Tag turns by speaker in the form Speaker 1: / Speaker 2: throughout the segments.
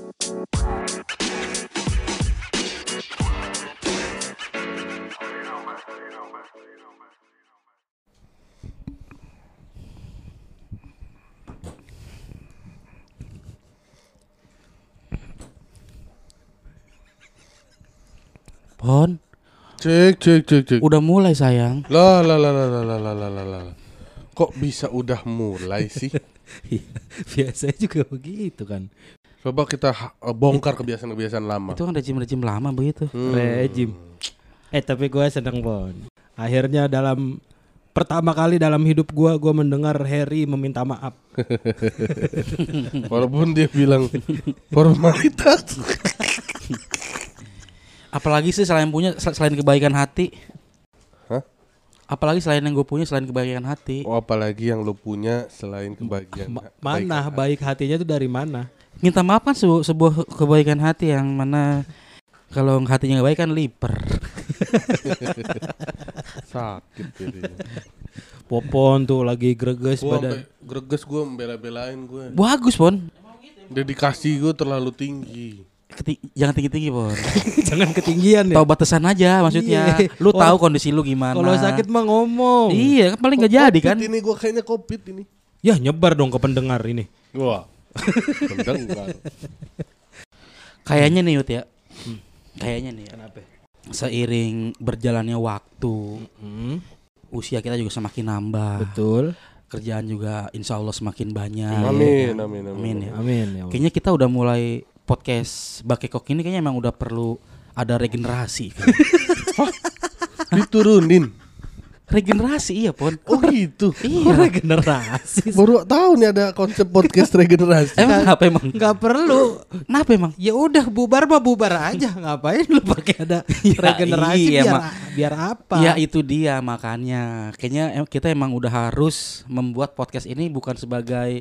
Speaker 1: Pon,
Speaker 2: Cek.
Speaker 1: udah mulai sayang.
Speaker 2: Lah. Kok bisa udah mulai sih?
Speaker 3: Biasanya juga begitu kan.
Speaker 2: Coba kita bongkar kebiasaan-kebiasaan lama.
Speaker 1: Itu kan rejim lama begitu.
Speaker 3: Rejim. Tapi gue seneng Pon. Akhirnya pertama kali dalam hidup gue mendengar Harry meminta maaf.
Speaker 2: Walaupun dia bilang formalitas.
Speaker 1: Apalagi sih selain kebaikan hati.
Speaker 2: Hah?
Speaker 1: Apalagi selain yang gue punya selain kebaikan hati.
Speaker 2: Oh, apalagi yang lu punya selain kebahagiaan.
Speaker 3: Mana baik hatinya tuh dari mana?
Speaker 1: Minta maaf kan sebuah kebaikan hati yang mana kalau hatinya gak baik kan liper.
Speaker 2: Sakit jadinya.
Speaker 3: Popon tuh lagi greges
Speaker 2: Gua
Speaker 3: badan.
Speaker 2: greges, gue membela-belain gue.
Speaker 1: Bagus Pon.
Speaker 2: Dedikasi gue terlalu tinggi.
Speaker 1: Jangan tinggi-tinggi Pon.
Speaker 3: Jangan ketinggian ya.
Speaker 1: Tahu batasan aja maksudnya.
Speaker 3: Iya.
Speaker 1: Lu tahu kondisi lu gimana.
Speaker 3: Kalau sakit mah ngomong.
Speaker 1: Iya kan paling gak jadi kan.
Speaker 2: Ini gue kayaknya COVID ini.
Speaker 3: Ya nyebar dong ke pendengar ini.
Speaker 2: Wah. Pendengar.
Speaker 1: Kayaknya nih Yud ya. Kayaknya nih ya.
Speaker 3: Kenapa?
Speaker 1: Seiring berjalannya waktu, usia kita juga semakin nambah.
Speaker 3: Betul.
Speaker 1: Kerjaan juga insya Allah semakin banyak.
Speaker 2: Amin.
Speaker 1: Ya.
Speaker 3: Amin ya.
Speaker 1: Kayaknya kita udah mulai podcast Bakekok ini kayaknya emang udah perlu ada regenerasi.
Speaker 2: Diturunin.
Speaker 1: Regenerasi iya Pon.
Speaker 2: Oh gitu.
Speaker 1: Iya.
Speaker 3: Regenerasi.
Speaker 2: Baru tahu nih ada konsep podcast regenerasi.
Speaker 1: Emang apa emang?
Speaker 3: Nggak perlu.
Speaker 1: Kenapa emang?
Speaker 3: Ya udah bubar mah bubar aja. Ngapain lu pakai ada regenerasi
Speaker 1: iya,
Speaker 3: biar apa?
Speaker 1: Ya itu dia makanya. Kayaknya kita emang udah harus membuat podcast ini bukan sebagai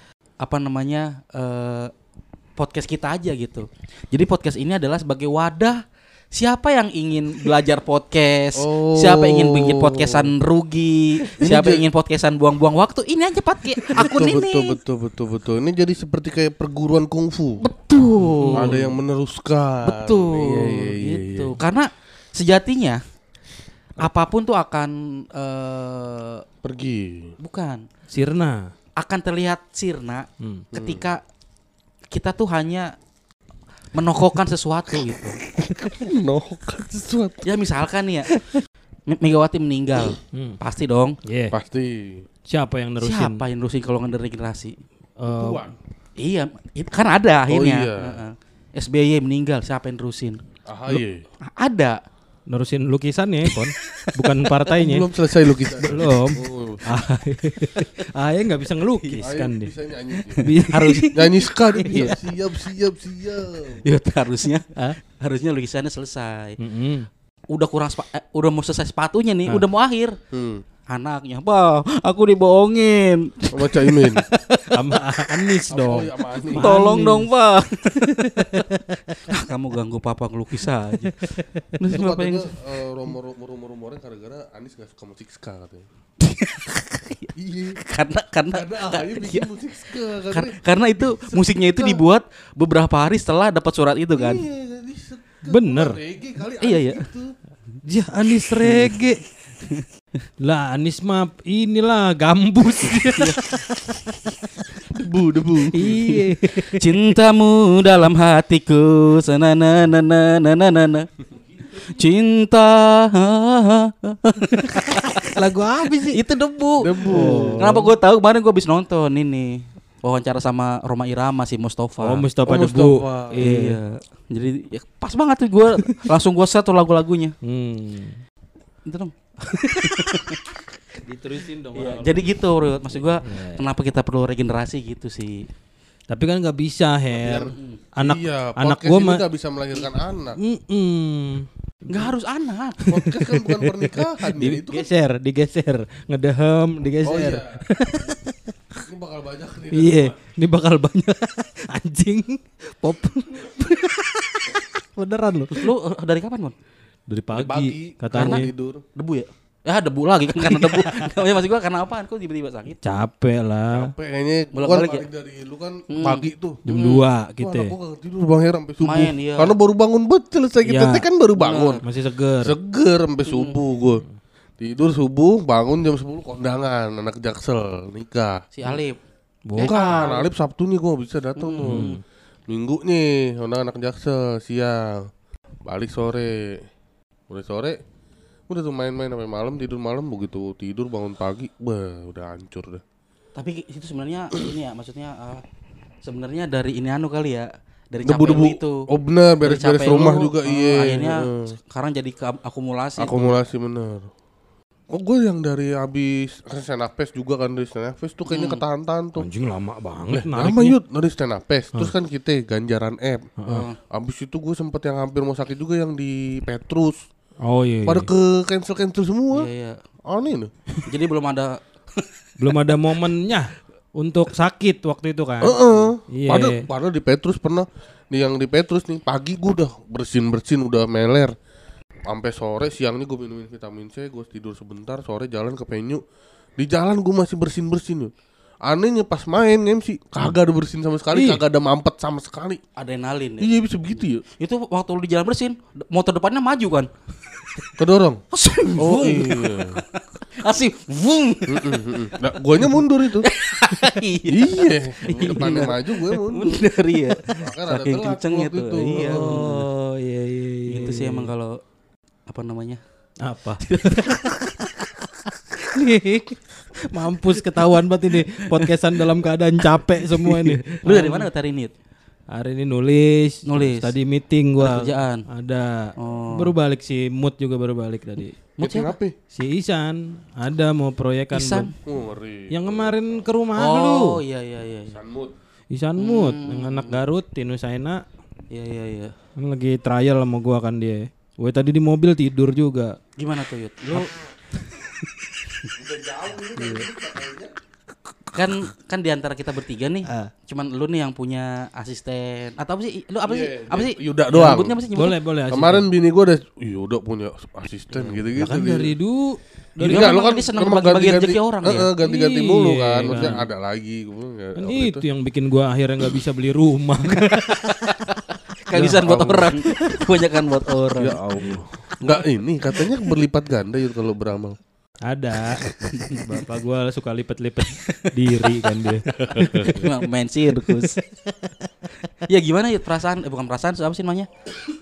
Speaker 1: podcast kita aja gitu. Jadi podcast ini adalah sebagai wadah siapa yang ingin belajar podcast, siapa yang ingin bikin podcastan rugi, siapa yang ingin podcastan buang-buang waktu, ini aja pakai akun ini.
Speaker 2: Betul. Ini jadi seperti kayak perguruan kungfu.
Speaker 1: Betul.
Speaker 2: Ada yang meneruskan.
Speaker 1: Betul.
Speaker 2: Iya.
Speaker 1: Gitu. Karena sejatinya apapun tuh akan
Speaker 2: pergi.
Speaker 1: bukan
Speaker 3: Sirna.
Speaker 1: akan terlihat sirna ketika kita tuh hanya menokohkan sesuatu gitu.
Speaker 2: Menokohkan sesuatu.
Speaker 1: Ya misalkan nih ya Megawati meninggal, pasti dong.
Speaker 3: Yeah.
Speaker 2: Pasti.
Speaker 3: Siapa yang nerusin?
Speaker 1: Siapa yang nerusin kalau nggak ada regenerasi?
Speaker 2: Tuan.
Speaker 1: Iya, itu kan ada akhirnya.
Speaker 2: iya.
Speaker 1: SBY meninggal, siapa yang nerusin?
Speaker 2: AHY.
Speaker 1: Ada.
Speaker 3: Nerusin lukisannya, Pon. Bukan partainya.
Speaker 2: Belum selesai lukisan.
Speaker 3: Belum.
Speaker 2: Oh.
Speaker 3: Aye nggak bisa ngelukis
Speaker 2: AHY
Speaker 3: kan dia.
Speaker 2: bisa nyanyi.
Speaker 1: Harus
Speaker 2: Nyanyi sekali.
Speaker 1: Iya.
Speaker 2: Siap.
Speaker 1: ya, harusnya lukisannya selesai. Udah udah mau selesai sepatunya nih, udah mau akhir. Anaknya, "Pak, aku dibohongin."
Speaker 2: Sama Caimin.
Speaker 3: Sama Anis dong.
Speaker 2: Oh, iya, sama Anis.
Speaker 1: Tolong
Speaker 3: Anis.
Speaker 1: dong, Pak. Kamu ganggu papa ngelukis aja. Terus
Speaker 2: Itu
Speaker 1: bapak yang
Speaker 2: katanya rumor-rumornya gara-gara Anis gak suka musik ska katanya. Iya.
Speaker 1: karena
Speaker 2: AHY bikin musik ska
Speaker 1: karena itu musiknya itu dibuat beberapa hari setelah dapat surat itu kan.
Speaker 2: Iya, jadi
Speaker 3: Bener.
Speaker 2: reggae kali
Speaker 1: Iya,
Speaker 2: Anis
Speaker 1: iya.
Speaker 2: gitu.
Speaker 3: Ya Anis reggae. Lah Anis mah inilah gambus.
Speaker 2: Debu.
Speaker 3: Iya.
Speaker 1: Cintamu dalam hatiku, sananananananana. Cinta.
Speaker 3: Lagu apa sih?
Speaker 1: Itu debu.
Speaker 2: Debu.
Speaker 1: Kenapa gue tahu? Kemarin gue habis nonton ini wawancara sama Roma Irama si Mustafa.
Speaker 3: Oh Mustafa
Speaker 2: Oh,
Speaker 3: Debu.
Speaker 2: Mustafa.
Speaker 1: Iya. Jadi ya, pas banget tuh gue langsung gue set tuh lagu-lagunya. Itu dong.
Speaker 3: Diterusin dong.
Speaker 1: Iya, jadi gitu Rut. Maksud gue kenapa kita perlu regenerasi gitu sih.
Speaker 3: Tapi kan nggak bisa Her. Anak
Speaker 2: podcast
Speaker 3: gua
Speaker 2: ini
Speaker 3: mah.
Speaker 2: gak bisa melahirkan anak.
Speaker 1: Nggak harus anak.
Speaker 2: Podcast kan bukan pernikahan ya. Itu kan
Speaker 3: Digeser, ngedehem,
Speaker 2: oh
Speaker 3: digeser.
Speaker 2: iya. Ini bakal banyak nih.
Speaker 3: Iya, ini bakal banyak anjing pop. Beneran lu.
Speaker 1: Lu dari kapan, Mon?
Speaker 3: Dari
Speaker 2: Pagi
Speaker 3: pagi katanya.
Speaker 2: tidur.
Speaker 1: Debu ya? Ya debu lagi kan karena debu. Ya maksud gua karena apaan kok tiba-tiba sakit?
Speaker 3: Capek lah.
Speaker 2: Capek kayaknya.
Speaker 1: Bolak-balik
Speaker 2: Kan
Speaker 1: ya?
Speaker 2: dari lu kan pagi tuh.
Speaker 3: Jam 2 gitu.
Speaker 2: Wah, gua kagak tidur Bang Her sampai subuh.
Speaker 1: Main, iya.
Speaker 2: Karena baru bangun bet selesai kita
Speaker 3: Iya.
Speaker 2: kan baru bangun.
Speaker 3: Masih seger.
Speaker 2: Seger sampai subuh gua. Tidur subuh, bangun jam 10 kondangan anak Jaksel nikah.
Speaker 1: Si Alif.
Speaker 2: Bukan, Alif Sabtu nih gua bisa datang tuh. Minggu nih, anak Jaksel siang. Balik sore. Udah sore udah tuh main-main sampai malam, tidur malam, begitu tidur bangun pagi, udah hancur dah.
Speaker 1: Tapi itu sebenarnya ini ya maksudnya sebenarnya dari ini anu kali ya. Dari capek lu
Speaker 2: Debu-debu.
Speaker 1: itu.
Speaker 2: Oh bener,
Speaker 1: Dari
Speaker 2: beres-beres
Speaker 1: capek
Speaker 2: rumah
Speaker 1: lu,
Speaker 2: juga iya.
Speaker 1: Akhirnya sekarang jadi akumulasi.
Speaker 2: Akumulasi bener. Oh gue yang dari habis Senapes juga kan, dari Senapes tuh kayaknya ketahan-tahan tuh.
Speaker 3: Anjing lama banget
Speaker 2: Lama
Speaker 3: nariknya.
Speaker 2: yut dari Senapes. Terus kan kita ganjaran app. Abis itu gue sempet yang hampir mau sakit juga yang di Petrus.
Speaker 3: Oh iya.
Speaker 2: Pada ke cancel semua.
Speaker 1: Iya.
Speaker 2: Aneh nih.
Speaker 1: Jadi belum ada
Speaker 3: Belum ada momennya untuk sakit waktu itu kan. Iya.
Speaker 2: Padahal di Petrus pernah nih, yang di Petrus nih pagi gue udah bersin udah meler. Sampai sore, siangnya gue minumin vitamin C, gue tidur sebentar, sore jalan ke venue. Di jalan gue masih bersin yut. Anehnya pas main MC kagak ada bersin sama sekali, kagak ada mampet sama sekali.
Speaker 1: adrenalin ya.
Speaker 2: Iya bisa begitu ya.
Speaker 1: Itu waktu lu di jalan bersin, motor depannya maju kan.
Speaker 2: Kedorong.
Speaker 1: Oh
Speaker 2: Iya.
Speaker 1: Asik. Vung.
Speaker 2: Nah, guanya mundur itu.
Speaker 1: Iya.
Speaker 2: Iya. Depannya maju, gue mundur.
Speaker 1: Bener ya.
Speaker 2: Bahkan ada
Speaker 1: Saking
Speaker 2: telat
Speaker 1: kencengnya
Speaker 2: waktu
Speaker 1: tuh.
Speaker 2: itu.
Speaker 1: Iya.
Speaker 3: Oh iya.
Speaker 1: Itu sih emang kalau apa namanya?
Speaker 3: Apa? Nih, mampus ketahuan banget ini podcastan dalam keadaan capek semua ini.
Speaker 1: Lu dari mana hari ini?
Speaker 3: Hari ini nulis. Tadi meeting gua.
Speaker 1: Ada kerjaan.
Speaker 3: Ada.
Speaker 1: Oh.
Speaker 3: Baru balik si Mood juga baru balik tadi.
Speaker 1: Mood
Speaker 2: Meeting
Speaker 1: siapa?
Speaker 2: apa?
Speaker 3: Si Isan ada mau proyekan.
Speaker 1: Isan?
Speaker 2: Ngeri.
Speaker 3: Yang kemarin ke rumah
Speaker 1: Oh
Speaker 3: lu.
Speaker 1: iya.
Speaker 2: Sanmut.
Speaker 3: Isan Mood, yang anak Garut, Tinusaina.
Speaker 1: Iya.
Speaker 3: Kan lagi trial sama gua kan dia. Gue tadi di mobil tidur juga.
Speaker 1: Gimana tuh Yud? Lu kan di antara kita bertiga nih, cuman lu nih yang punya asisten atau apa sih? Lu apa sih? Apa sih?
Speaker 2: Yuda doang.
Speaker 1: Nyebutnya apa sih? Nyebutnya?
Speaker 3: Boleh asisten.
Speaker 2: Kemarin bini gue udah Yuda punya asisten gitu-gitu.
Speaker 3: Kan dari dulu
Speaker 1: Enggak, lu kan dia seneng bagi-bagi rezeki orang ya.
Speaker 2: Ganti-ganti
Speaker 3: Iya,
Speaker 2: mulu kan.
Speaker 3: kan.
Speaker 2: Maksudnya ada lagi. Gua enggak.
Speaker 3: kan itu yang bikin gua akhirnya nggak bisa beli rumah.
Speaker 1: Kehabisan buat orang. Kebanyakan buat orang.
Speaker 2: Ya Allah. Enggak ini katanya berlipat ganda ya kalau beramal.
Speaker 3: Ada. Bapak gua suka lipet-lipet diri kan dia.
Speaker 1: Emang main sirkus. Ya gimana ya perasaan bukan perasaan apa sih namanya?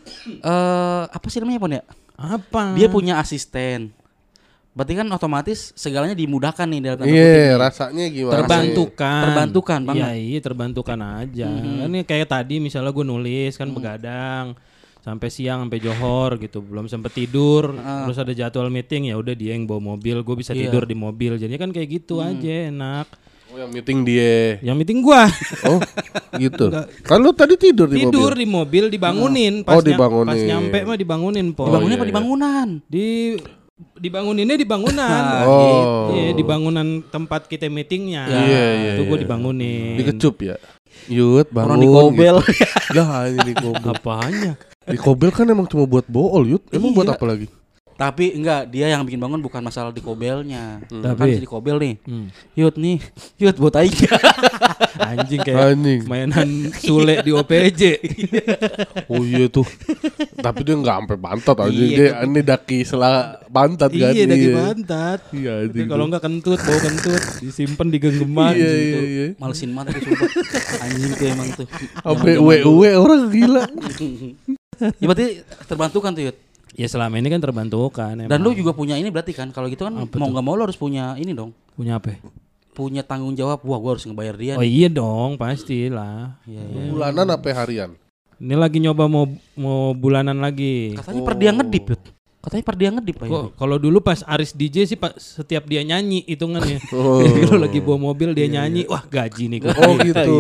Speaker 1: Apa sih namanya Pon ya?
Speaker 3: Apa?
Speaker 1: Dia punya asisten. Berarti kan otomatis segalanya dimudahkan nih dalam tanda kutip
Speaker 2: Iya,
Speaker 1: nih.
Speaker 2: rasanya gimana?
Speaker 3: terbantukan
Speaker 1: banget.
Speaker 3: Iya terbantukan aja. Kan ini kayak tadi misalnya gue nulis kan begadang sampai siang sampai johor gitu, belum sempet tidur, terus ada jadwal meeting ya udah dia yang bawa mobil, gue bisa tidur di mobil. Jadinya kan kayak gitu aja enak.
Speaker 2: Oh, yang meeting dia.
Speaker 3: Yang meeting gua
Speaker 2: Oh, gitu. Kan lu tadi tidur di
Speaker 3: tidur
Speaker 2: mobil.
Speaker 3: di mobil dibangunin
Speaker 2: Oh, dibangunin.
Speaker 3: pas nyampe mah dibangunin po.
Speaker 1: Dibangunnya apa
Speaker 2: iya,
Speaker 1: di bangunan?
Speaker 3: Dibanguninnya di bangunan.
Speaker 2: Oh.
Speaker 3: Iya, di bangunan tempat kita meetingnya.
Speaker 2: Iya,
Speaker 3: Itu gue
Speaker 2: iya.
Speaker 3: dibangunin.
Speaker 2: Dikecup ya. Yud bangun.
Speaker 1: Orang dikobel.
Speaker 2: Gitu. Lah ini dikobel.
Speaker 3: Apanya?
Speaker 2: Dikobel kan emang cuma buat bool, Yud. Emang buat
Speaker 1: Iya.
Speaker 2: apa lagi?
Speaker 1: Tapi enggak, dia yang bikin bangun bukan masalah dikobelnya. Kan
Speaker 3: Tapi-
Speaker 1: si dikobel nih. Yud nih, Yud buat aja.
Speaker 3: Anjing kayak
Speaker 2: Anjing.
Speaker 3: mainan Sule di OPJ.
Speaker 2: Oh iya tuh. Tapi dia enggak sampai pantat aja.
Speaker 1: Iya.
Speaker 2: Dia ini daki sela pantat kan.
Speaker 3: Iya daging pantat.
Speaker 2: Iya,
Speaker 3: Tapi
Speaker 2: anjing
Speaker 3: kalau
Speaker 2: tuh.
Speaker 3: enggak kentut, bau kentut, disimpan di genggaman
Speaker 2: Iya,
Speaker 3: gitu.
Speaker 2: iya.
Speaker 1: Malesin banget itu sumpah. Anjing tuh emang tuh.
Speaker 2: Sampai uwe orang gila.
Speaker 1: Ya berarti terbantukan tuh Yud.
Speaker 3: Ya selama ini kan terbantukan.
Speaker 1: Dan lu juga punya ini berarti kan kalau gitu kan mau nggak mau lu harus punya ini dong.
Speaker 3: punya apa?
Speaker 1: Punya tanggung jawab. Wah, gua harus ngebayar dia.
Speaker 3: Oh
Speaker 1: nih.
Speaker 3: iya dong, pastilah.
Speaker 1: Iya.
Speaker 2: Bulanan apa harian?
Speaker 3: Ini lagi nyoba mau bulanan lagi.
Speaker 1: Katanya per dia ngedip Yud. Katanya per dia ngedip Pak.
Speaker 3: Kok kalau dulu pas Aris DJ sih Pak setiap dia nyanyi hitungannya.
Speaker 2: Oh.
Speaker 3: Jadi lu lagi bawa mobil dia nyanyi, wah gaji nih gua.
Speaker 2: Oh gitu.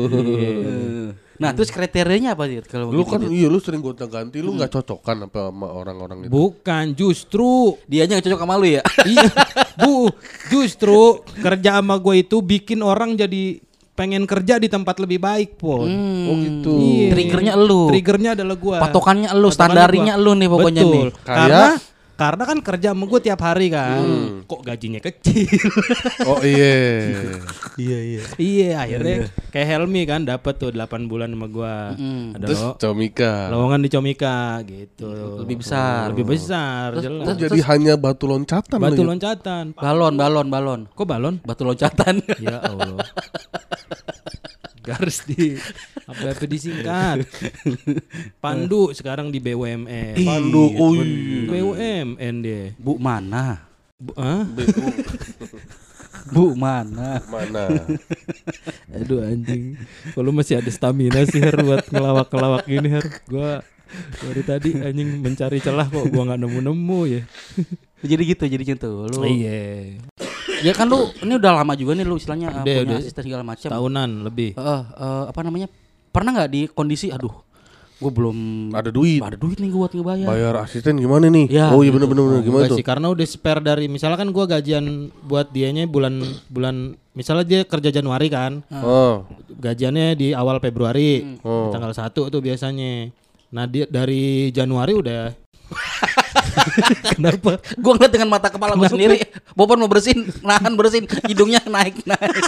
Speaker 1: Nah, terus kriterianya apa sih kalau
Speaker 2: Lu
Speaker 1: begitu,
Speaker 2: kan
Speaker 1: Yud?
Speaker 2: iya lu sering gonta-ganti, lu enggak cocokan apa sama orang-orang itu.
Speaker 3: Bukan, justru
Speaker 1: Dianya nggak cocok sama lu ya?
Speaker 3: iya, justru kerja sama gue itu bikin orang jadi pengen kerja di tempat lebih baik, Pon.
Speaker 2: Oh gitu.
Speaker 3: Iya.
Speaker 1: Triggernya elu.
Speaker 3: Triggernya adalah gua.
Speaker 1: Patokannya elu,
Speaker 3: Patokannya
Speaker 1: standarinya
Speaker 3: gua.
Speaker 1: elu nih pokoknya
Speaker 3: Betul.
Speaker 1: nih.
Speaker 3: Karena Karena kan kerja sama gue tiap hari kan. Kok gajinya kecil?
Speaker 2: Oh iya.
Speaker 3: Iya, akhirnya kayak Helmi kan dapat tuh 8 bulan sama gue. Ada
Speaker 2: Terus Comika.
Speaker 3: lowongan di Comika gitu.
Speaker 1: Lebih besar.
Speaker 3: Lebih besar, jelas.
Speaker 2: Oh, jadi hanya batu loncatan.
Speaker 3: Batu
Speaker 2: lo ya?
Speaker 3: loncatan.
Speaker 1: Balon.
Speaker 3: Kok balon?
Speaker 1: Batu loncatan.
Speaker 3: Ya Allah. Garis di apa disingkat. Pandu sekarang di BUMN.
Speaker 2: Pandu.
Speaker 3: BUMN dia.
Speaker 1: Bu mana?
Speaker 3: Hah?
Speaker 1: Bu mana?
Speaker 2: Mana?
Speaker 3: Aduh anjing. Kalau masih ada stamina sih Her buat ngelawak-ngelawak gini Her. Gua dari tadi anjing mencari celah kok gua enggak nemu-nemu ya.
Speaker 1: Jadi gitu lu.
Speaker 3: Iya.
Speaker 1: Ya kan lu ini udah lama juga nih lu istilahnya punya
Speaker 3: Udah.
Speaker 1: asisten segala macam.
Speaker 3: Tahunan lebih.
Speaker 1: Apa namanya? Pernah nggak di kondisi aduh, gue belum
Speaker 2: Ada duit.
Speaker 1: nih gue buat ngebayar.
Speaker 2: Bayar asisten gimana nih?
Speaker 1: Ya,
Speaker 2: Oh iya
Speaker 1: gitu.
Speaker 2: bener gimana
Speaker 3: Enggak
Speaker 2: tuh?
Speaker 3: sih, karena udah spare dari misalnya kan gua gajian buat dianya bulan misalnya dia kerja Januari kan.
Speaker 2: Oh.
Speaker 3: Gajiannya di awal Februari.
Speaker 2: Oh.
Speaker 3: Tanggal 1 tuh biasanya. Nah, dia dari Januari udah Kenapa?
Speaker 1: Gue ngeliat dengan mata kepala gue sendiri. Bopon mau bersin, bersin, hidungnya naik.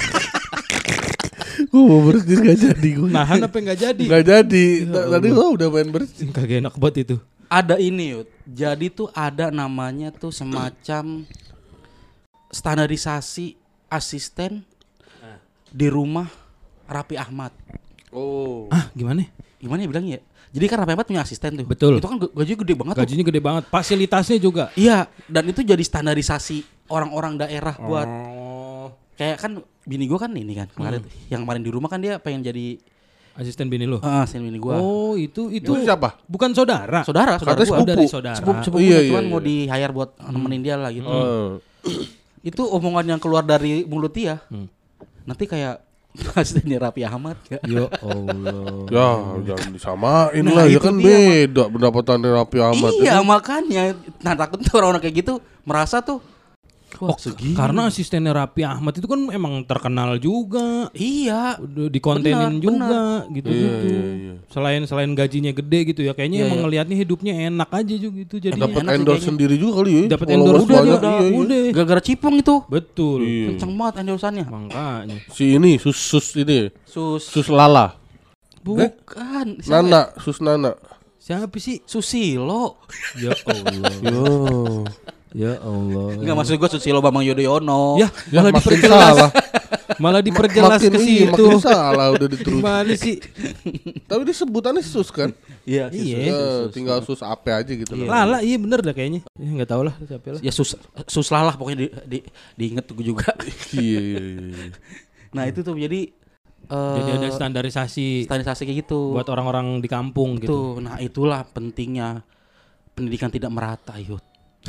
Speaker 2: Gue mau bersin gak jadi gue.
Speaker 3: Nahan apa enggak jadi?
Speaker 2: Gak jadi. Tadi gue udah main bersin.
Speaker 3: Kagak enak banget itu.
Speaker 1: Ada ini Yud. Jadi tuh ada namanya tuh semacam standarisasi asisten di rumah Raffi Ahmad.
Speaker 2: Oh.
Speaker 3: Ah, gimana?
Speaker 1: Gimana ya bilangnya ya? Jadi kan Raffi Ahmad punya asisten tuh.
Speaker 3: Betul.
Speaker 1: Itu kan gajinya gede banget tuh.
Speaker 3: Gajinya gede banget, fasilitasnya juga.
Speaker 1: Iya, dan itu jadi standarisasi orang-orang daerah buat kayak kan bini gue kan ini kan kemarin yang kemarin di rumah kan dia pengen jadi
Speaker 3: Asisten bini lu.
Speaker 1: asisten bini gue.
Speaker 3: Oh, itu
Speaker 2: Itu siapa?
Speaker 3: bukan saudara.
Speaker 1: Saudara
Speaker 2: Katanya
Speaker 1: gue.
Speaker 2: sepupu.
Speaker 3: Dari saudara.
Speaker 1: Sepupu
Speaker 2: Iya,
Speaker 1: cuman
Speaker 2: iya,
Speaker 1: mau
Speaker 2: iya.
Speaker 1: di hire buat nemenin dia lah gitu.
Speaker 2: Oh.
Speaker 1: Itu omongan yang keluar dari mulut dia. Nanti kayak asistennya Raffi Ahmad ya.
Speaker 3: Ya Allah.
Speaker 2: Ya jangan disamain
Speaker 1: Nah,
Speaker 2: lah. Ya
Speaker 1: itu
Speaker 2: kan
Speaker 1: dia,
Speaker 2: beda pendapatan Raffi Ahmad.
Speaker 1: Iya
Speaker 2: ya kan?
Speaker 1: makanya. Nah takut tuh orang-orang kayak gitu merasa tuh wah, segini.
Speaker 3: Karena asistennya Raffi Ahmad itu kan emang terkenal juga.
Speaker 1: Iya.
Speaker 3: Udah dikontenin
Speaker 1: Benar,
Speaker 3: juga gitu-gitu.
Speaker 2: Iya.
Speaker 3: Selain gajinya gede gitu ya, kayaknya
Speaker 1: Iya,
Speaker 3: emang
Speaker 1: iya.
Speaker 3: ngelihatnya hidupnya enak aja juga gitu jadi.
Speaker 2: Dapat
Speaker 1: enak sih
Speaker 2: endorse
Speaker 1: kayaknya.
Speaker 2: sendiri juga kali ya.
Speaker 3: Dapat
Speaker 2: Followers
Speaker 3: endorse
Speaker 1: Udah,
Speaker 2: banyak.
Speaker 1: udah,
Speaker 2: Iya, iya.
Speaker 3: udah.
Speaker 1: Gara-gara Cipung itu.
Speaker 3: Betul.
Speaker 2: Iya.
Speaker 1: Kenceng banget endorsannya.
Speaker 3: Makanya.
Speaker 2: Si ini sus ini.
Speaker 1: Sus.
Speaker 2: Sus Lala.
Speaker 1: Bukan. Siapa ya?
Speaker 2: Nana, Sus Nana.
Speaker 3: Siapa sih?
Speaker 1: Susilo.
Speaker 3: Ya Allah.
Speaker 2: Yo.
Speaker 3: Ya Allah.
Speaker 1: Enggak maksud gue Susilo Bambang Yudhoyono.
Speaker 3: Ya,
Speaker 2: Ya
Speaker 3: malah
Speaker 2: makin
Speaker 3: diperjelas.
Speaker 2: salah.
Speaker 3: Malah diperjelas
Speaker 2: Makin
Speaker 3: ke
Speaker 2: iya,
Speaker 3: situ.
Speaker 2: makin salah udah diterus.
Speaker 3: Gimana sih?
Speaker 2: Tapi dia sebutannya Sus kan?
Speaker 1: Iya.
Speaker 3: Iya.
Speaker 2: Tinggal Sus apa aja gitu loh.
Speaker 3: Lala, iya bener dah kayaknya. Ya enggak tahu lah siapa lah.
Speaker 1: Ya suslah lah pokoknya diinget gue juga.
Speaker 2: Iya.
Speaker 1: Nah itu tuh jadi
Speaker 3: Jadi ada standarisasi
Speaker 1: standarisasi kayak gitu.
Speaker 3: buat orang-orang di kampung gitu.
Speaker 1: Tuh, nah itulah pentingnya pendidikan tidak merata, Yud.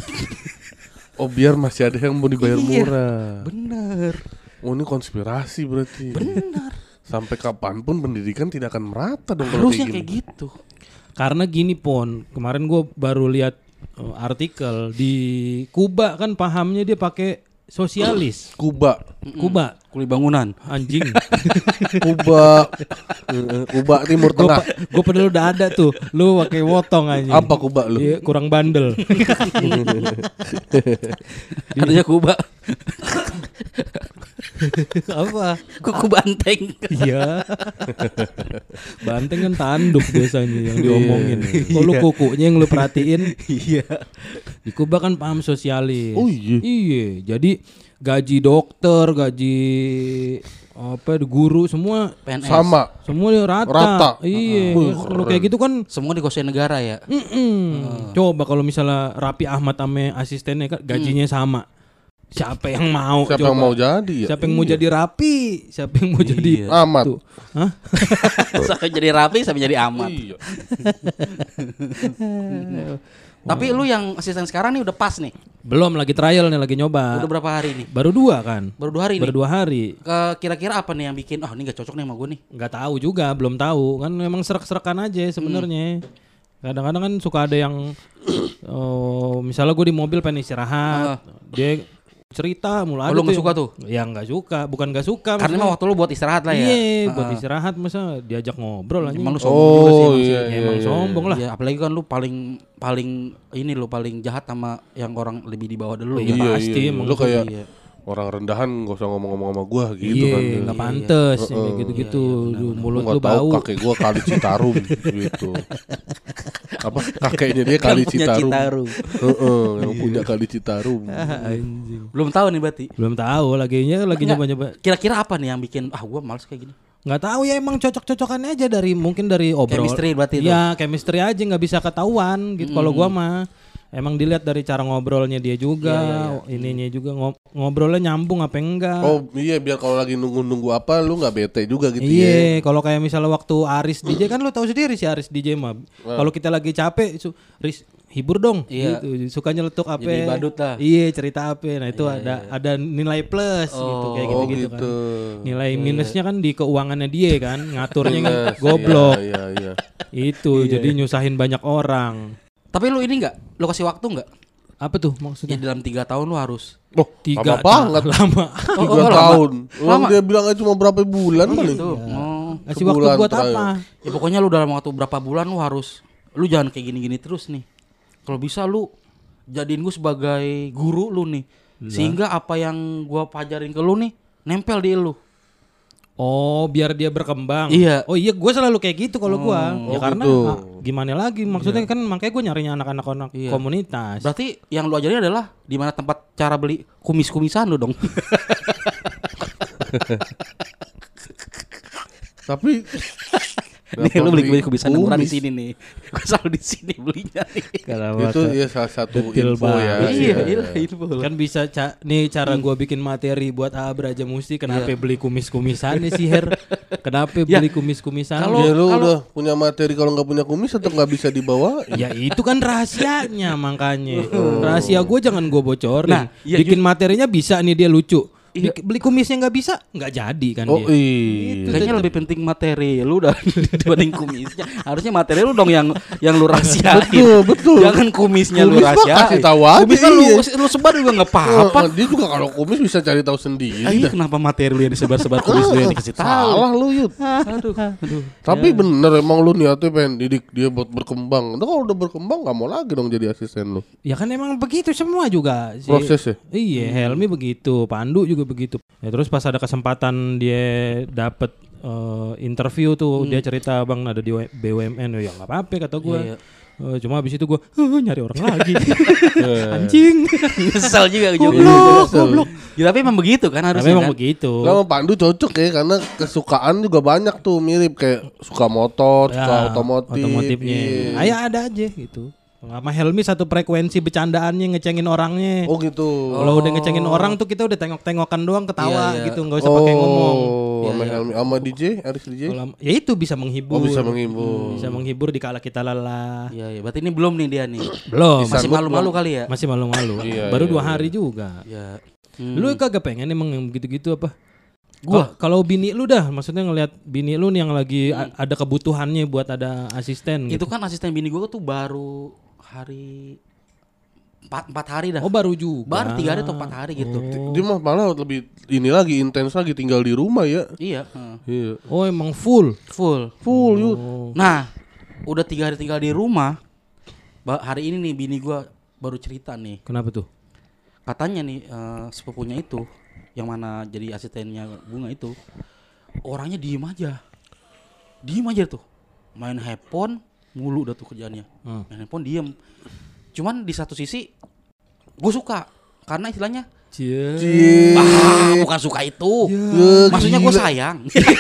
Speaker 2: Oh biar masih ada yang mau dibayar
Speaker 1: Iya.
Speaker 2: murah.
Speaker 1: Bener.
Speaker 2: Oh ini konspirasi berarti.
Speaker 1: Bener.
Speaker 2: Sampai kapanpun pendidikan tidak akan merata dong kalau
Speaker 1: Harusnya
Speaker 2: kayak
Speaker 1: kayak
Speaker 2: gini.
Speaker 1: gitu.
Speaker 3: Karena gini Pon, kemarin gue baru lihat artikel di Kuba kan pahamnya dia pakai sosialis.
Speaker 2: Kuba,
Speaker 3: Kuba
Speaker 1: Kuli bangunan.
Speaker 3: anjing.
Speaker 2: Kuba, Kuba Timur Tengah.
Speaker 3: Gue padahal udah ada tuh. Lu pakai wotong anjing.
Speaker 2: Apa Kuba lu?
Speaker 3: Iya, kurang bandel.
Speaker 1: Artinya Kuba.
Speaker 3: Apa?
Speaker 1: Kuku banteng.
Speaker 3: Iya. Banteng kan tanduk biasanya yang diomongin. Kalau kukunya yang lu perhatiin,
Speaker 1: Iya.
Speaker 3: di Kuba kan paham sosialis.
Speaker 2: Oh iya.
Speaker 3: Iya, jadi gaji dokter, gaji apa guru semua
Speaker 1: PNS.
Speaker 2: Sama.
Speaker 3: semua rata.
Speaker 2: Rata.
Speaker 3: Iya, kalau kayak gitu kan
Speaker 1: Semua dikuasain negara ya.
Speaker 3: coba kalau misalnya Raffi Ahmad sama asistennya kan gajinya sama. Siapa yang mau?
Speaker 2: Siapa
Speaker 3: coba?
Speaker 2: yang mau jadi ya?
Speaker 3: Siapa yang mau jadi Raffi? Siapa yang mau jadi
Speaker 2: Amat.
Speaker 3: tuh? Hah?
Speaker 1: Sampai jadi Raffi, sampai jadi Ahmad.
Speaker 2: Iya.
Speaker 1: Tapi lu yang asisten sekarang nih udah pas nih.
Speaker 3: Belum lagi trial nih, lagi nyoba.
Speaker 1: Udah berapa hari nih?
Speaker 3: Baru 2 kan?
Speaker 1: Baru 2 hari nih.
Speaker 3: Baru 2 hari.
Speaker 1: Kira-kira apa nih yang bikin ini gak cocok nih sama gue nih?
Speaker 3: Nggak tahu juga, belum tahu. Kan memang serak-serakan aja sebenarnya. Kadang-kadang kan suka ada yang misalnya gue di mobil pengen istirahat, dia cerita mulu.
Speaker 1: Oh, lu nggak suka tuh?
Speaker 3: Ya nggak suka, bukan nggak suka.
Speaker 1: Karena emang waktu lu buat istirahat lah ya.
Speaker 3: Iya, buat istirahat masa diajak ngobrol aja.
Speaker 1: Emang lu sombong juga sih emang sih.
Speaker 3: Ya, emang sombong lah.
Speaker 1: Iya, apalagi kan lu paling ini lu paling jahat sama yang orang lebih di bawah dulu.
Speaker 3: Iya,
Speaker 1: Ya.
Speaker 3: pasti emang
Speaker 2: Lu kayak
Speaker 1: Iya.
Speaker 2: orang rendahan gak usah ngomong-ngomong sama gua gitu kan.
Speaker 3: Iya, nggak pantes yang kayak gitu-gitu. Mulut
Speaker 2: Gua
Speaker 3: lu
Speaker 2: nggak tahu
Speaker 3: bau.
Speaker 2: kakek gua kali Citarum gitu. Apa kakeknya dia kali
Speaker 1: Yang punya
Speaker 2: Citarum.
Speaker 1: Citarum.
Speaker 2: Yang punya kali Citarum.
Speaker 3: Anjing.
Speaker 1: Belum tahu nih berarti.
Speaker 3: Belum tahu lagi
Speaker 1: Nggak,
Speaker 3: nyoba-nyoba.
Speaker 1: Kira-kira apa nih yang bikin gua males kayak gini?
Speaker 3: Nggak tahu ya, emang cocok-cocokannya aja mungkin dari obrol.
Speaker 1: Chemistry berarti itu.
Speaker 3: Ya, chemistry aja nggak bisa ketahuan gitu. Kalau gua mah emang dilihat dari cara ngobrolnya dia juga, ininya juga ngobrolnya nyambung apa enggak.
Speaker 2: Oh iya, biar kalau lagi nunggu-nunggu apa lu nggak bete juga gitu ya.
Speaker 3: Iya, kalau kayak misalnya waktu Aris DJ kan lu tahu sendiri si Aris DJ mah. Kalau kita lagi capek, Riz hibur dong.
Speaker 1: Iya.
Speaker 3: Gitu. Suka nyeletuk apa?
Speaker 1: Jadi badut lah.
Speaker 3: Iya, cerita apa. Nah, itu ada nilai plus gitu kayak gitu-gitu kan. Nilai minusnya kan di keuangannya dia kan, ngaturnya kan goblok.
Speaker 2: Iya.
Speaker 3: Itu jadi nyusahin banyak orang.
Speaker 1: Tapi lu ini enggak? Lu kasih waktu enggak?
Speaker 3: Apa tuh
Speaker 1: Ya
Speaker 3: maksudnya?
Speaker 1: dalam 3 tahun lu harus.
Speaker 2: Oh,
Speaker 3: 3
Speaker 2: lama banget.
Speaker 3: lama.
Speaker 2: 3 tahun. Lama. Dia bilang aja cuma berapa bulan paling.
Speaker 1: Gitu. Oh.
Speaker 3: Kasih waktu
Speaker 2: Sebulan
Speaker 3: buat
Speaker 2: terakhir.
Speaker 3: apa?
Speaker 1: Ya pokoknya lu dalam waktu berapa bulan lu jangan kayak gini-gini terus nih. Kalau bisa lu jadiin gue sebagai guru lu nih. Sehingga apa yang gua pelajarin ke lu nih nempel di lu.
Speaker 3: Oh, biar dia berkembang.
Speaker 1: Iya.
Speaker 3: Oh iya, gue selalu kayak gitu kalau gua. Ya karena
Speaker 2: gitu.
Speaker 3: gimana lagi? Maksudnya kan makanya gue nyarinya anak-anak
Speaker 1: Iya.
Speaker 3: komunitas.
Speaker 1: Berarti yang lu ajarin adalah di mana tempat cara beli kumis-kumisan lu dong.
Speaker 2: Tapi
Speaker 1: Nih lu beli kumisan yang murah di
Speaker 2: kumis?
Speaker 1: sini nih. Gua selalu di sini belinya nih.
Speaker 2: Itu ya salah satu
Speaker 3: Detil
Speaker 2: info
Speaker 3: banget.
Speaker 2: ya.
Speaker 1: Iya,
Speaker 2: Iya.
Speaker 1: info.
Speaker 3: Kan bisa nih cara gua bikin materi buat Braja Musti. Kenapa beli kumis-kumisan nih sih Her? Kenapa beli kumis-kumisan?
Speaker 2: Ya lu udah punya materi, kalau nggak punya kumis tetap nggak bisa dibawa.
Speaker 3: Ya itu kan rahasianya makanya. Rahasia gue jangan gue bocorin.
Speaker 1: Nah, iya,
Speaker 3: bikin materinya bisa nih dia lucu. Beli kumisnya nggak bisa, nggak jadi kan
Speaker 2: Oh
Speaker 3: dia.
Speaker 2: iya.
Speaker 1: Kayaknya lebih penting materi lu dibanding kumisnya. Harusnya materi lu dong yang lu rahasiain.
Speaker 2: Betul.
Speaker 1: Jangan kumisnya lu
Speaker 2: Kumis mah
Speaker 1: rahasiain.
Speaker 2: kasih tahu aja,
Speaker 1: Kumisnya
Speaker 2: iya.
Speaker 1: lu sebar juga enggak apa-apa.
Speaker 2: Dia juga kalau kumis bisa cari tahu sendiri.
Speaker 1: Iya, kenapa materi lu yang disebar-sebar kumis lu yang dikasih tahu?
Speaker 2: Salah lu Yud.
Speaker 1: Aduh.
Speaker 2: Tapi bener emang lu niatnya pengen didik dia buat berkembang. Nah, kalau udah berkembang nggak mau lagi dong jadi asisten lu.
Speaker 3: Ya kan emang begitu semua juga.
Speaker 2: Prosesnya.
Speaker 3: Iya, Helmi begitu, Pandu juga begitu. Ya terus pas ada kesempatan dia dapet interview tuh, dia cerita bang ada di BUMN, ya nggak apa-apa kata gue.
Speaker 1: Iya.
Speaker 3: Cuma abis itu gue nyari orang lagi. Anjing.
Speaker 1: Nyesel juga
Speaker 2: Goblok.
Speaker 1: Ya, tapi emang begitu kan
Speaker 3: Tapi
Speaker 1: harusnya
Speaker 3: emang
Speaker 1: kan?
Speaker 3: begitu.
Speaker 2: Kalau Pandu cocok ya karena kesukaan juga banyak tuh mirip kayak suka motor, suka
Speaker 3: otomotifnya.
Speaker 2: Iya.
Speaker 3: Ayah ada aja gitu. Sama Helmi satu frekuensi bercandaannya, ngecengin orangnya.
Speaker 2: Oh gitu.
Speaker 3: Kalau udah ngecengin orang tuh kita udah tengok-tengokan doang ketawa
Speaker 1: Iya.
Speaker 3: gitu, nggak usah pakai ngomong.
Speaker 2: Sama Helmi, sama DJ, Aris DJ.
Speaker 3: Ya itu bisa menghibur.
Speaker 2: Oh bisa menghibur.
Speaker 3: Bisa menghibur di kala kita lelah.
Speaker 1: Iya, berarti ini belum nih dia nih.
Speaker 3: Belum.
Speaker 1: Masih malu-malu kali ya?
Speaker 3: Masih malu-malu.
Speaker 2: Iya,
Speaker 3: Baru
Speaker 2: iya,
Speaker 3: 2 hari juga.
Speaker 1: Iya.
Speaker 3: Lu kagak pengen emang yang gitu-gitu apa?
Speaker 1: Gua?
Speaker 3: Kalau bini lu dah, maksudnya ngelihat bini lu nih yang lagi ada kebutuhannya buat ada asisten
Speaker 1: Itu
Speaker 3: gitu.
Speaker 1: kan asisten bini gua tuh baru hari 4 hari dah.
Speaker 3: Oh baru juga.
Speaker 1: Baru 3 hari atau 4 hari gitu.
Speaker 2: Dia mah malah lebih ini lagi intens lagi tinggal di rumah ya.
Speaker 1: Iya,
Speaker 2: Iya.
Speaker 3: Oh emang full.
Speaker 1: full.
Speaker 2: Full Yud.
Speaker 1: Nah, udah 3 hari tinggal di rumah. Hari ini nih bini gua baru cerita nih.
Speaker 3: Kenapa tuh?
Speaker 1: Katanya nih sepupunya itu yang mana jadi asistennya Bunga itu orangnya diem aja tuh, main handphone mulu udah tuh kerjaannya. Main handphone diem. Cuman di satu sisi gue suka karena istilahnya bukan suka itu. Maksudnya gue sayang.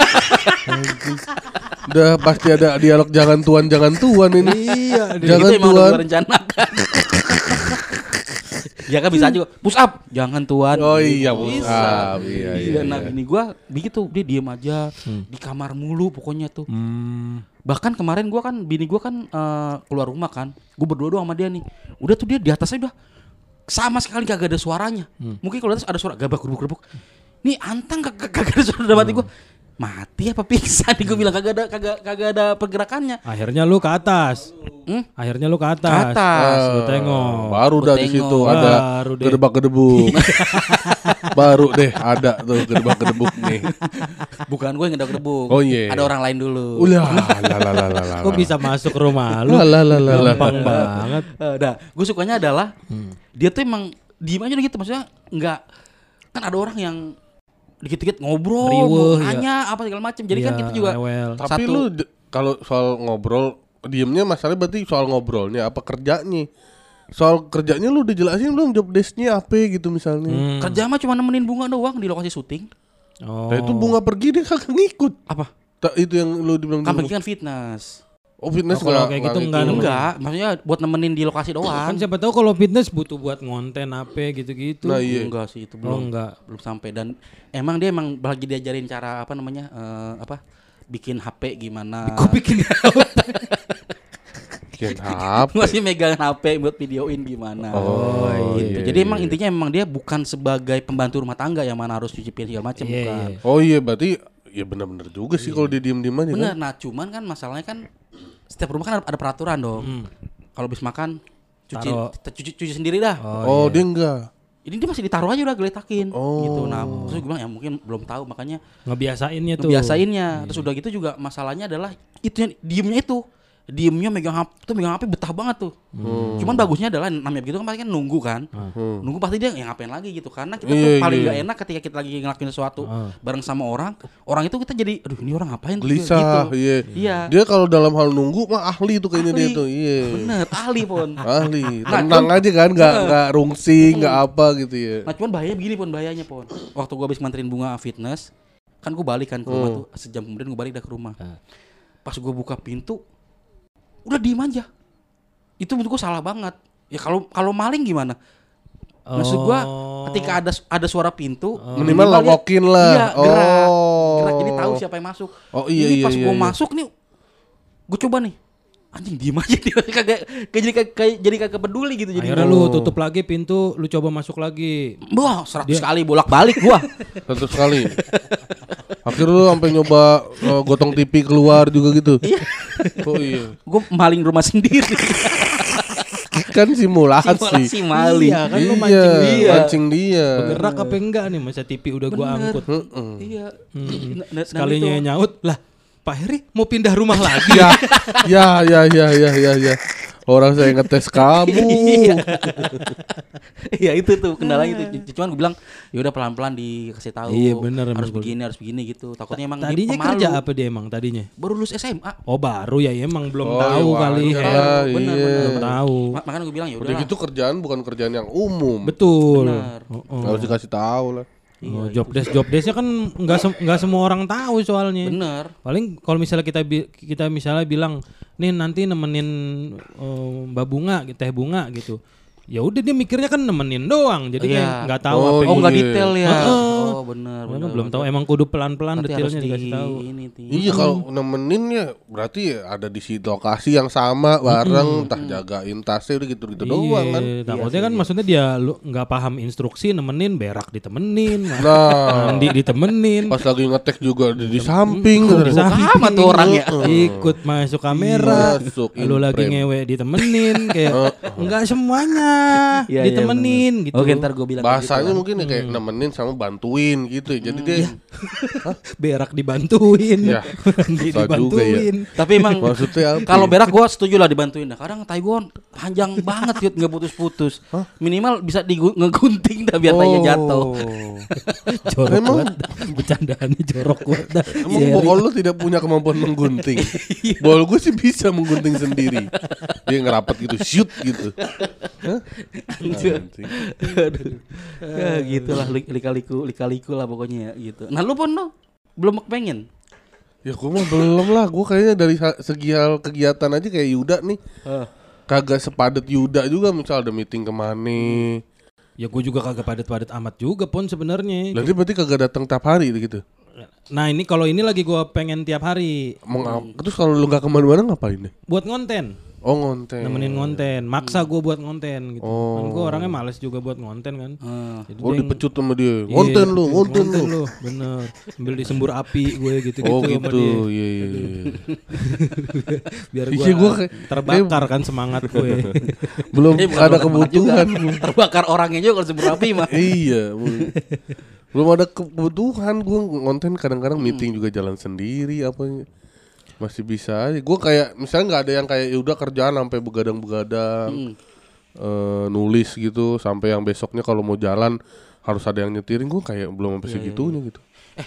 Speaker 2: Udah pasti ada dialog jangan tuan ini.
Speaker 3: Iya.
Speaker 2: Jangan
Speaker 1: itu emang udah
Speaker 2: tuan.
Speaker 1: gue rencanakan. Ya kan bisa juga push up, jangan tuan.
Speaker 2: Oh iya
Speaker 1: Bisa.
Speaker 2: push up. Iya.
Speaker 1: Nah ini gue begitu dia diem aja di kamar mulu pokoknya tuh. Bahkan kemarin gue kan bini gue kan keluar rumah kan, gue berdua doang sama dia nih. Udah tuh dia di atasnya udah sama sekali kagak ada suaranya. Mungkin kalau atas ada suara gabak gerubuk. Nih antang kagak ada suara dalam hati gue. mati apa pingsan? Gue bilang kagak ada pergerakannya.
Speaker 3: Akhirnya lu ke atas. Akhirnya lu ke atas.
Speaker 1: Ke atas.
Speaker 3: Lu tengok.
Speaker 2: Baru dah di situ ada
Speaker 3: Baru deh.
Speaker 2: gedebak-gedebuk. Baru deh ada tuh gedebak-gedebuk nih.
Speaker 1: Bukan gue yang ngedebuk.
Speaker 2: Oh, iya.
Speaker 1: Ada orang lain dulu.
Speaker 2: Ulah, lah.
Speaker 3: Kok bisa masuk ke rumah lu?
Speaker 2: Lah.
Speaker 3: Gampang banget.
Speaker 1: Nah, gue sukanya adalah dia tuh emang diem aja gitu, maksudnya nggak, kan ada orang yang dikit-dikit ngobrol,
Speaker 3: Riweuh,
Speaker 1: nanya apa segala macam. Jadi kan
Speaker 3: Iya,
Speaker 1: kita juga
Speaker 3: rewel.
Speaker 2: Tapi lu kalau soal ngobrol, diemnya masalahnya berarti soal ngobrolnya apa kerjanya? Soal kerjanya lu udah jelasin belum job desk-nya apa gitu misalnya?
Speaker 1: kerja mah cuma nemenin bunga doang di lokasi syuting.
Speaker 3: Oh.
Speaker 2: Nah, itu bunga pergi dia kagak ngikut.
Speaker 1: Apa?
Speaker 2: Itu yang lu dibilang
Speaker 1: Kan
Speaker 2: dulu.
Speaker 1: pergi kan fitness.
Speaker 2: Oh, fitness
Speaker 3: kalau kayak gitu enggak nemenin.
Speaker 1: Enggak, maksudnya buat nemenin di lokasi
Speaker 3: Kan
Speaker 1: doang.
Speaker 3: siapa tahu kalau fitness butuh buat ngonten apa gitu-gitu.
Speaker 2: Nah, iya.
Speaker 1: Enggak sih itu
Speaker 3: Oh,
Speaker 1: belum.
Speaker 3: enggak.
Speaker 1: Belum sampai, dan emang dia lagi diajarin cara apa namanya? Bikin HP gimana.
Speaker 3: Gue bikin
Speaker 2: Bikin HP.
Speaker 1: Masih megang HP buat videoin gimana.
Speaker 2: Oh,
Speaker 1: gitu.
Speaker 2: iya,
Speaker 1: Jadi
Speaker 2: iya,
Speaker 1: emang
Speaker 2: iya.
Speaker 1: intinya emang dia bukan sebagai pembantu rumah tangga yang mana harus cuci piring segala macam,
Speaker 3: Iya,
Speaker 1: bukan.
Speaker 3: iya.
Speaker 2: Oh iya berarti ya benar-benar juga sih kalau dia diem-diem aja
Speaker 1: Bener.
Speaker 2: kan.
Speaker 1: Nah, cuman kan masalahnya kan setiap rumah kan ada peraturan dong. Kalau habis makan cuci sendiri dah.
Speaker 2: Oh, dia enggak.
Speaker 1: Ini dia masih ditaruh aja udah geletakin
Speaker 2: Oh.
Speaker 1: gitu. Nah, terus gue bilang ya mungkin belum tahu, makanya
Speaker 3: ngebiasainnya tuh.
Speaker 1: ngebiasainnya. Terus udah gitu juga masalahnya adalah itu diemnya itu. Diemnya megang HP betah banget tuh. Cuman bagusnya adalah namanya begitu kan pasti kan nunggu kan. Nunggu pasti dia yang ngapain lagi gitu. Karena kita tuh
Speaker 2: Iya,
Speaker 1: paling
Speaker 2: iya.
Speaker 1: gak enak ketika kita lagi ngelakuin sesuatu bareng sama orang itu kita jadi aduh ini orang ngapain tuh,
Speaker 2: Gelisah,
Speaker 1: gitu.
Speaker 2: iya.
Speaker 1: Iya.
Speaker 2: Dia kalau dalam hal nunggu mah ahli tuh kayaknya dia
Speaker 1: Ahli.
Speaker 2: tuh. Iya.
Speaker 1: Bener, ahli Pon.
Speaker 2: Ahli.
Speaker 1: Nah,
Speaker 2: Tenang aja kan, enggak rungsing, enggak apa gitu ya.
Speaker 1: Nah cuman bahayanya Pon. Waktu gue habis nganterin bunga fitness, kan gue balik kan ke rumah tuh, sejam kemudian gue balik dah ke rumah. Pas gue buka pintu, udah diem aja. Itu menurut gue salah banget. Ya kalau maling gimana? Maksud gue ketika ada suara pintu,
Speaker 2: Minimal
Speaker 1: dia-
Speaker 2: longokin lah.
Speaker 1: Iya, gerak.
Speaker 2: Oh.
Speaker 1: Gerak, jadi tahu siapa yang masuk.
Speaker 2: Oh, iya,
Speaker 1: Ini
Speaker 2: iya,
Speaker 1: pas
Speaker 2: iya,
Speaker 1: gue
Speaker 2: iya.
Speaker 1: masuk nih, gue coba nih. Anjing diem aja dia jadi kagak peduli gitu jadi.
Speaker 3: Akhirnya lu tutup lagi pintu, lu coba masuk lagi.
Speaker 1: Wah, 100 kali bolak-balik gua.
Speaker 2: Satu sekali. Akhirnya lu sampai nyoba gotong TV keluar juga gitu.
Speaker 1: Iya.
Speaker 2: Oh iya.
Speaker 1: Gua maling rumah sendiri.
Speaker 2: Kan simulasi.
Speaker 1: Simulasi maling.
Speaker 3: Iya, kan lu
Speaker 2: Iya,
Speaker 3: mancing dia.
Speaker 2: mancing dia.
Speaker 3: Bergerak apa enggak nih masa TV udah gua
Speaker 1: Bener.
Speaker 3: angkut.
Speaker 1: Iya.
Speaker 3: Sekalinya nyaut, lah Pak Heri mau pindah rumah lagi.
Speaker 2: Ya. Orang saya ngetes kamu.
Speaker 1: Iya itu tuh kendalanya itu. Cuman gue bilang ya udah pelan-pelan dikasih tahu.
Speaker 3: Iya, bener,
Speaker 1: Harus
Speaker 3: emang
Speaker 1: begini gitu. Takutnya emang
Speaker 3: Tadinya
Speaker 1: dia pemalu.
Speaker 3: kerja apa dia emang tadinya?
Speaker 1: Baru lulus SMA.
Speaker 3: Oh baru ya emang belum
Speaker 2: Oh,
Speaker 3: tahu
Speaker 2: iya,
Speaker 3: kali.
Speaker 2: wajar
Speaker 3: Her.
Speaker 2: lah,
Speaker 1: Bener,
Speaker 2: iya.
Speaker 3: Belum tahu.
Speaker 1: Makanya gue bilang ya
Speaker 2: Udah
Speaker 1: udah.
Speaker 2: gitu kerjaan bukan kerjaan yang umum.
Speaker 3: Betul.
Speaker 1: Bener.
Speaker 2: Harus dikasih tahu lah.
Speaker 3: Oh, job desknya kan nggak semua orang tahu soalnya.
Speaker 1: Bener.
Speaker 3: Paling kalau misalnya kita misalnya bilang nih nanti nemenin Mbak Bunga, Teh Bunga gitu. Ya udah dia mikirnya kan nemenin doang. Jadi
Speaker 1: Iya.
Speaker 3: kayak nggak tahu
Speaker 2: Oh,
Speaker 3: apa yang
Speaker 1: Nggak
Speaker 2: iya.
Speaker 1: detail ya.
Speaker 3: Heeh.
Speaker 1: Oh bener.
Speaker 3: Mereka
Speaker 1: bener,
Speaker 3: belum
Speaker 1: bener.
Speaker 3: tahu. Emang kudu pelan-pelan
Speaker 1: Nanti harus
Speaker 3: detailnya dikasih tahu.
Speaker 2: Iya kalau nemenin ya berarti ya ada di lokasi yang sama bareng, entah jagain tasnya udah gitu-gitu doang kan.
Speaker 3: Iya, takutnya kan maksudnya dia lu nggak paham instruksi nemenin, berak ditemenin,
Speaker 2: Nah,
Speaker 3: mandi ditemenin.
Speaker 2: pas lagi ngetek juga di samping.
Speaker 3: Di samping.
Speaker 1: Sama tuh orang ya.
Speaker 3: Ikut masuk kamera,
Speaker 2: Masuk
Speaker 3: lu lagi
Speaker 2: in-frame.
Speaker 3: ngewe ditemenin kayak enggak semuanya
Speaker 1: Iya, iya,
Speaker 3: ditemenin gitu.
Speaker 1: Oke ntar gue bilang kayak
Speaker 2: Bahasanya
Speaker 1: gitu.
Speaker 2: mungkin ya kayak nemenin sama bantuin gitu ya. Jadi dia
Speaker 3: Berak dibantuin.
Speaker 2: Ya,
Speaker 3: Mandi
Speaker 2: susah juga ya.
Speaker 3: dibantuin.
Speaker 1: Tapi emang
Speaker 2: Maksudnya apa
Speaker 1: kalau
Speaker 2: ya?
Speaker 1: berak gue setuju lah dibantuin. Nah kadang tai gue panjang banget Yud, nggak putus-putus. Minimal bisa ngegunting dah biar tainya jatuh.
Speaker 3: Jorok
Speaker 2: Emang-
Speaker 3: banget. Bercandaannya jorok banget dah.
Speaker 2: Emang bol lu tidak punya kemampuan menggunting. Bol gue sih bisa menggunting sendiri. Dia ngerapat gitu, shoot gitu. Hah? Anjing.
Speaker 1: Aduh. Ya gitulah lika-liku lah pokoknya ya gitu. Nah lu pun lo belum kepengen.
Speaker 2: Ya gue mah belum lah. Gue kayaknya dari segi hal kegiatan aja kayak Yuda nih. Kagak sepadet Yuda juga. Misal ada meeting kemana.
Speaker 3: Ya gue juga kagak padat-padat amat juga pun sebenarnya.
Speaker 2: Berarti berarti kagak datang tiap hari gitu.
Speaker 3: Nah ini kalau ini lagi gue pengen tiap hari
Speaker 2: Terus kalau lu nggak kemana-mana ngapain deh?
Speaker 3: buat ngonten.
Speaker 2: Oh ngonten.
Speaker 3: Nemenin ngonten, maksa gue buat ngonten gitu.
Speaker 2: Oh.
Speaker 3: Kan gue orangnya males juga buat ngonten kan. Jadi
Speaker 2: Oh
Speaker 3: dia
Speaker 2: dipecut sama dia.
Speaker 3: Iya,
Speaker 2: Ngonten lu,
Speaker 3: dipecut,
Speaker 2: ngonten lu.
Speaker 3: bener. Sambil disembur api gue gitu
Speaker 2: Oh
Speaker 3: sama
Speaker 2: gitu,
Speaker 3: dia.
Speaker 2: iya iya.
Speaker 3: Biar
Speaker 2: Iya,
Speaker 3: gue
Speaker 2: gua kayak-
Speaker 3: terbakar kan semangat gue.
Speaker 2: Belum
Speaker 1: Bukan
Speaker 2: ada
Speaker 1: orang semangat juga.
Speaker 2: kebutuhan.
Speaker 1: Terbakar orangnya juga kalau sebelum rapi mah.
Speaker 2: Iya, belum ada kebutuhan. Gue ngonten kadang-kadang meeting juga jalan sendiri apa masih bisa aja. Gue kayak misalnya nggak ada yang kayak ya udah kerjaan sampai begadang-begadang nulis gitu sampai yang besoknya kalau mau jalan harus ada yang nyetirin. Gue kayak belum sampai segitunya gitu.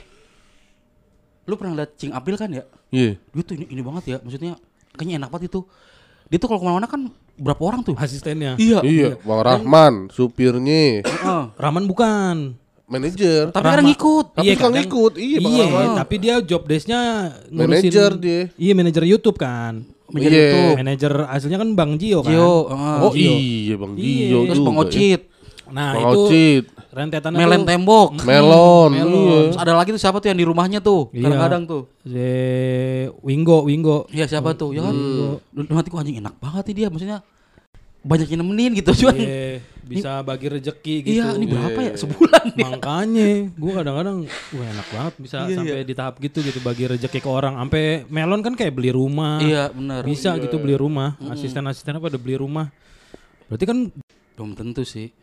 Speaker 1: Lu pernah liat Cing April kan ya?
Speaker 2: Iya.
Speaker 1: Dia tuh ini banget ya, maksudnya kayaknya enak banget itu. Dia tuh kalau kemana-mana kan berapa orang tuh?
Speaker 3: Asistennya.
Speaker 2: Iya, Bang Rahman, supirnya,
Speaker 1: Heeh.
Speaker 3: Rahman bukan.
Speaker 2: manajer.
Speaker 1: Tapi kadang ngikut.
Speaker 2: Tapi kan ngikut, iya Bang
Speaker 3: Iya,
Speaker 2: Rahman.
Speaker 3: tapi dia job desk-nya ngurusin
Speaker 2: Manajer dia.
Speaker 3: Iya, manajer YouTube kan.
Speaker 1: Manajer
Speaker 2: Iya.
Speaker 1: YouTube.
Speaker 3: Manajer aslinya kan Bang Gio kan.
Speaker 1: Gio,
Speaker 2: Oh
Speaker 3: Gio.
Speaker 2: iya Bang
Speaker 3: Iya.
Speaker 2: Gio
Speaker 1: terus
Speaker 2: juga
Speaker 1: Bang
Speaker 2: ya.
Speaker 1: Ocit,
Speaker 3: Nah,
Speaker 2: Bang
Speaker 3: itu
Speaker 2: Ocit,
Speaker 3: rentetannya
Speaker 1: Melen
Speaker 3: tuh
Speaker 1: Tembok.
Speaker 2: Melon,
Speaker 3: Melon.
Speaker 2: iya.
Speaker 1: Terus ada lagi tuh siapa tuh yang di rumahnya tuh?
Speaker 3: Iya.
Speaker 1: Kadang-kadang tuh.
Speaker 3: Wingo.
Speaker 1: Iya siapa tuh? Ya kan. Nanti gua anjing enak banget nih dia, maksudnya banyak yang nemenin gitu cuman.
Speaker 3: Iya, bisa bagi rezeki gitu.
Speaker 1: Iya, ini berapa ya sebulan nih?
Speaker 3: Makanya gue kadang-kadang wah enak banget bisa sampai di tahap gitu bagi rezeki ke orang. Sampai Melon kan kayak beli rumah.
Speaker 1: Iya, benar.
Speaker 3: Bisa gitu beli rumah. Asisten-asisten apa udah beli rumah. Berarti kan
Speaker 1: Belum tentu sih.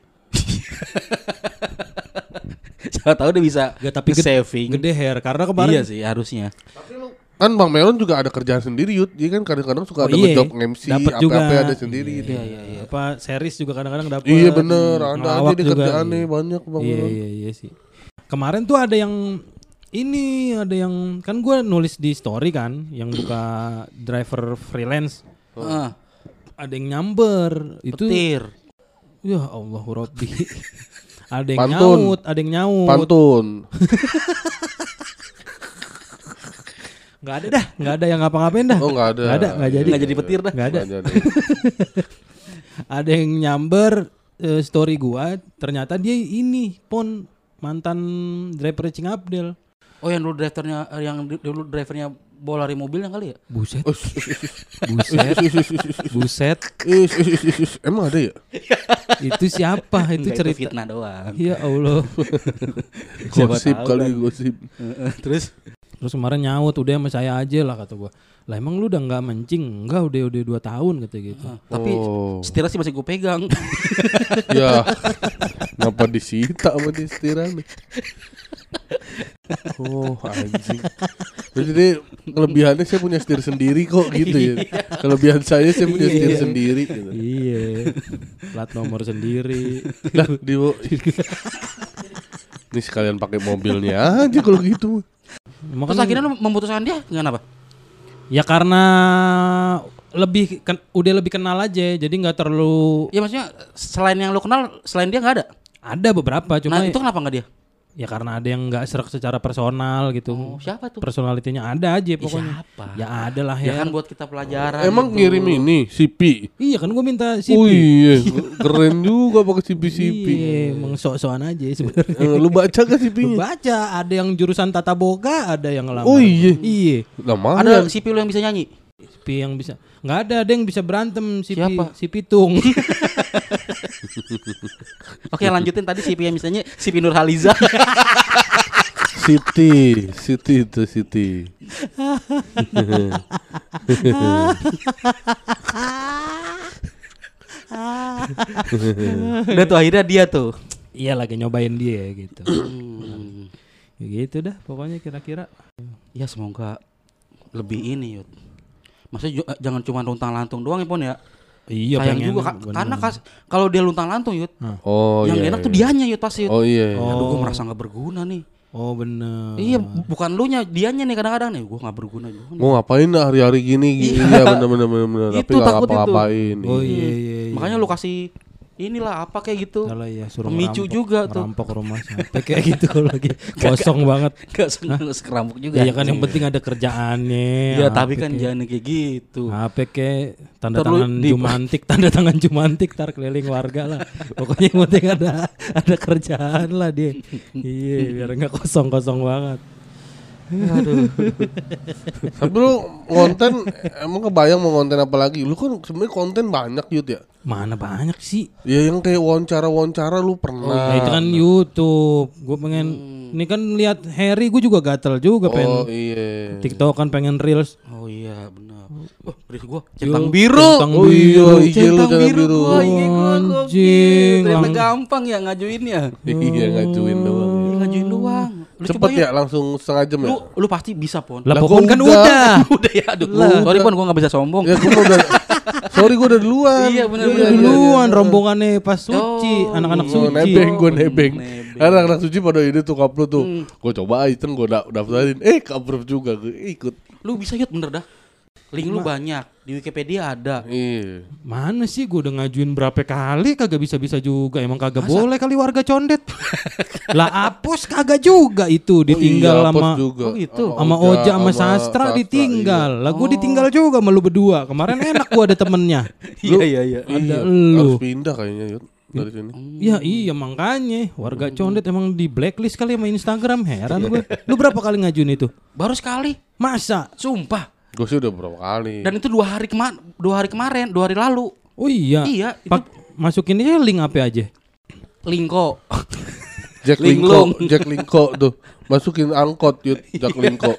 Speaker 1: Siapa tahu dia bisa
Speaker 3: gak tapi
Speaker 1: saving.
Speaker 3: gede hair karena kemarin
Speaker 1: Iya sih harusnya.
Speaker 2: Kan Bang Melon juga ada kerjaan sendiri Yud. Dia kan kadang-kadang suka ada
Speaker 3: iya,
Speaker 2: ngejob MC,
Speaker 3: dapet juga.
Speaker 2: apa-apa ada sendiri gitu.
Speaker 1: Iya.
Speaker 3: apa series juga kadang-kadang dapat.
Speaker 2: Iya bener, ada aja
Speaker 3: Ngelawak
Speaker 2: di
Speaker 3: juga.
Speaker 2: kerjaannya banyak Bang
Speaker 3: Iya,
Speaker 2: Melon.
Speaker 3: iya sih. Kemarin tuh ada yang kan gue nulis di story kan yang buka driver freelance.
Speaker 1: Heeh.
Speaker 3: Ada yang nyamber itu.
Speaker 1: Petir.
Speaker 3: Ya Allah Robbi. Ada yang
Speaker 2: Pantun.
Speaker 3: nyaut, ada yang nyaut.
Speaker 2: Pantun.
Speaker 3: Nggak ada yang ngapa-ngapain dah.
Speaker 2: Oh nggak ada.
Speaker 3: Nggak jadi.
Speaker 1: Nggak jadi petir dah.
Speaker 3: Nggak ada.
Speaker 2: Nggak jadi.
Speaker 3: Ada yang nyamber story gua, ternyata dia ini mantan driver Cing Abdel.
Speaker 1: Oh yang dulu drivernya bola lari mobil yang kali ya?
Speaker 3: Buset.
Speaker 2: Oh,
Speaker 3: Buset.
Speaker 2: Emang ada ya?
Speaker 3: Itu siapa? Itu
Speaker 1: Enggak,
Speaker 3: cerita.
Speaker 1: fitnah doang.
Speaker 3: Ya Allah.
Speaker 1: Siapa
Speaker 2: Gosip
Speaker 1: tahu
Speaker 2: kali
Speaker 1: kan.
Speaker 2: gosip.
Speaker 1: Terus
Speaker 3: Terus kemarin nyaut, udah sama saya aja lah kata gua. Lah emang lu udah nggak mencing? Enggak, udah 2 tahun kata gitu.
Speaker 1: tapi setirnya sih masih gue pegang.
Speaker 2: Ya. Kenapa disita sama dia setirannya? Oh anjing. Jadi kelebihannya saya punya setir sendiri kok gitu ya. Kelebihan saya punya setir sendiri gitu.
Speaker 3: Iya. Plat nomor sendiri.
Speaker 2: Lah ini sekalian pakai mobilnya aja kalau gitu.
Speaker 1: Terus akhirnya lu memutuskan dia kenapa?
Speaker 3: Ya karena udah lebih kenal aja, jadi nggak terlalu.
Speaker 1: Ya maksudnya selain yang lu kenal, selain dia nggak ada.
Speaker 3: Ada beberapa, cuma
Speaker 1: Nah itu kenapa nggak dia?
Speaker 3: ya karena ada yang nggak serak secara personal gitu.
Speaker 1: Oh, siapa tuh?
Speaker 3: Personalitinya ada aja pokoknya.
Speaker 1: Siapa?
Speaker 3: Ya ada lah
Speaker 1: Ya
Speaker 3: ya.
Speaker 1: kan buat kita pelajaran.
Speaker 2: Emang
Speaker 1: gitu.
Speaker 2: ngirim ini CP.
Speaker 3: Iya kan gue minta CP.
Speaker 2: Oh iya, keren juga pakai CP-CP.
Speaker 3: Iya, emang sok-sokan aja sebenarnya.
Speaker 2: Lu baca gak
Speaker 3: Lu
Speaker 2: CP-nya?
Speaker 3: baca, ada yang jurusan tata boga, ada yang ngelamar.
Speaker 2: Oh iya.
Speaker 3: Iya.
Speaker 2: Lama
Speaker 1: Ada sipil yang bisa nyanyi.
Speaker 3: CP yang bisa. Nggak ada yang bisa berantem CP.
Speaker 1: Siapa?
Speaker 3: Si Pitung.
Speaker 1: Oke lanjutin tadi Sipi yang misalnya Sipi Nurhaliza.
Speaker 2: Siti itu Siti.
Speaker 1: Udah tuh akhirnya dia tuh.
Speaker 3: Iya lagi nyobain dia gitu. Ya gitu dah pokoknya kira-kira.
Speaker 1: Ya semoga lebih ini Yud. Maksudnya jangan cuma luntang lantung doang ya Pon ya.
Speaker 3: Iya
Speaker 1: Sayang
Speaker 3: pengen,
Speaker 1: juga
Speaker 3: bener.
Speaker 1: karena kalau dia luntang lantung Yud.
Speaker 2: Oh
Speaker 1: yang
Speaker 2: iya.
Speaker 1: enak tuh dianya Yud pasti Yud.
Speaker 2: Oh iya.
Speaker 1: Aduh gue merasa gak berguna nih.
Speaker 3: Oh bener.
Speaker 1: Iya bukan lu nya, dianya nih kadang-kadang nih gue gak berguna juga nih.
Speaker 2: Mau ngapain hari-hari gini Iya bener. Tapi
Speaker 1: Itu
Speaker 2: gak
Speaker 1: takut itu.
Speaker 2: ngapa-ngapain.
Speaker 3: Oh iya.
Speaker 1: Makanya lu kasih inilah apa kayak gitu.
Speaker 3: Salah ya suruh
Speaker 1: Pemicu juga tuh.
Speaker 3: Merampok rumah sampai kayak gitu kalau lagi kosong banget.
Speaker 1: Gak seneng sekerampuk juga.
Speaker 3: Ya kan yang penting ada kerjaannya.
Speaker 1: Ya tapi kan jangan kayak gitu.
Speaker 3: HP kayak tanda
Speaker 1: Terus
Speaker 3: tangan Jumantik, tanda tangan Jumantik tar keliling warga lah. Pokoknya yang penting ada kerjaan lah dia. Iya, biar enggak kosong-kosong banget.
Speaker 1: Aduh.
Speaker 2: Tapi lu konten emang kebayang mau konten apa lagi? Lu kan sebenarnya konten banyak Yud ya.
Speaker 3: Mana banyak sih?
Speaker 2: Ya yang kayak wawancara lu pernah.
Speaker 3: Nah, itu kan YouTube. Gue pengen ini kan lihat Harry, gue juga gatel juga pengen
Speaker 2: Iya.
Speaker 3: TikTok kan pengen reels.
Speaker 1: Oh iya benar. Oh, berarti gua centang biru.
Speaker 3: Centang
Speaker 2: Oh iya, IG lu
Speaker 1: Centang
Speaker 2: centang
Speaker 1: biru
Speaker 2: biru.
Speaker 1: gua, IG gua
Speaker 3: Anjing,
Speaker 1: Ternyata
Speaker 3: lang-
Speaker 1: gampang ya ngajuinnya.
Speaker 2: Iya ngajuin doang.
Speaker 1: Iya, ngajuin doang. Lu
Speaker 2: Cepet
Speaker 1: coba
Speaker 2: ya langsung setengah jam ya.
Speaker 1: Lu pasti bisa Pon.
Speaker 3: Lah
Speaker 2: Lah,
Speaker 3: pokoknya
Speaker 2: gua
Speaker 3: kan
Speaker 2: udah.
Speaker 3: udah.
Speaker 1: Udah ya aduh.
Speaker 3: Lah.
Speaker 1: Sorry Pon gua enggak bisa sombong.
Speaker 2: Ya gua udah. Sorry gua udah duluan.
Speaker 1: Iya, bener,
Speaker 3: Udah duluan rombongannya pas suci,
Speaker 1: Oh,
Speaker 3: anak-anak
Speaker 2: Oh,
Speaker 3: suci.
Speaker 2: nebeng gue nebeng.
Speaker 1: Nebeng.
Speaker 2: Anak-anak suci pada ini tuh upload tuh. Gue coba aja gue daftarin. Ke-approve juga gue ikut.
Speaker 1: Lu bisa Yud bener dah. Link lu banyak. Di Wikipedia ada.
Speaker 2: Iya.
Speaker 3: Mana sih gue udah ngajuin berapa kali kagak bisa-bisa juga. Emang kagak boleh kali warga condet. Lah hapus kagak juga itu ditinggal
Speaker 2: iya,
Speaker 3: sama
Speaker 2: hapus juga.
Speaker 1: Oh, gitu.
Speaker 3: sama Oja sama Sastra ditinggal. Lah gue ditinggal juga sama lu berdua. Kemarin enak gue ada temennya.
Speaker 1: Iya.
Speaker 3: Ada
Speaker 2: Harus
Speaker 3: lu.
Speaker 2: pindah kayaknya Yud dari sini.
Speaker 3: Ya iya makanya warga condet emang di blacklist kali sama Instagram. Heran gue. Lu berapa kali ngajuin itu?
Speaker 1: Baru sekali.
Speaker 3: Masa?
Speaker 1: Sumpah.
Speaker 2: Gue sih udah berapa kali.
Speaker 1: Dan itu 2 hari kemarin, 2 hari lalu.
Speaker 3: Oh iya.
Speaker 1: Iya, itu
Speaker 3: Masukin aja link apa aja?
Speaker 1: Linko.
Speaker 2: Jack Linko tuh. Masukin angkot Yud, Jack Linko.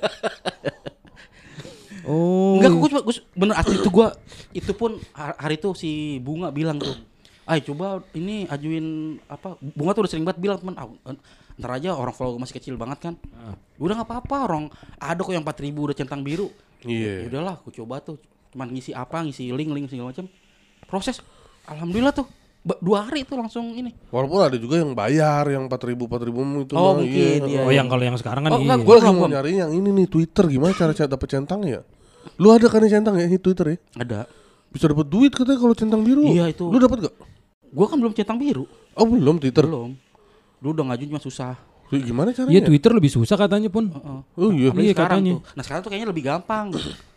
Speaker 3: Oh.
Speaker 1: Enggak, gue bener asli itu gue. Itu pun hari itu si Bunga bilang tuh, coba ini ajuin apa? Bunga tuh udah sering banget bilang teman, ntar aja orang follow masih kecil banget kan. Udah nggak apa-apa, orang ada kok yang 4.000 udah centang biru.
Speaker 2: Iya.
Speaker 1: Udahlah, aku coba tuh. Cuman ngisi link segala macam. Proses, alhamdulillah tuh 2 hari itu langsung ini.
Speaker 2: Walaupun ada juga yang bayar yang 4.000 itu.
Speaker 1: Oh,
Speaker 2: mah,
Speaker 1: mungkin,
Speaker 2: iya.
Speaker 1: iya.
Speaker 3: Oh yang kalau yang sekarang kan
Speaker 1: Oh,
Speaker 3: iya.
Speaker 1: enggak,
Speaker 2: Gue lagi mau nyari yang ini nih Twitter, gimana cara dapet centang ya? Lu ada kan yang centang ya ini Twitter ya?
Speaker 1: Ada.
Speaker 2: Bisa dapet duit katanya kalau centang biru.
Speaker 1: Iya, itu.
Speaker 2: Lu dapet gak?
Speaker 1: Gue kan belum centang biru.
Speaker 2: Oh belum Twitter.
Speaker 1: Belum. Dulu udah ngajuin cuma susah.
Speaker 2: Gimana caranya?
Speaker 3: Iya Twitter lebih susah katanya pun.
Speaker 2: Oh iya.
Speaker 1: Apalagi
Speaker 3: Iya,
Speaker 1: sekarang
Speaker 3: katanya.
Speaker 1: tuh. Nah sekarang tuh kayaknya lebih gampang.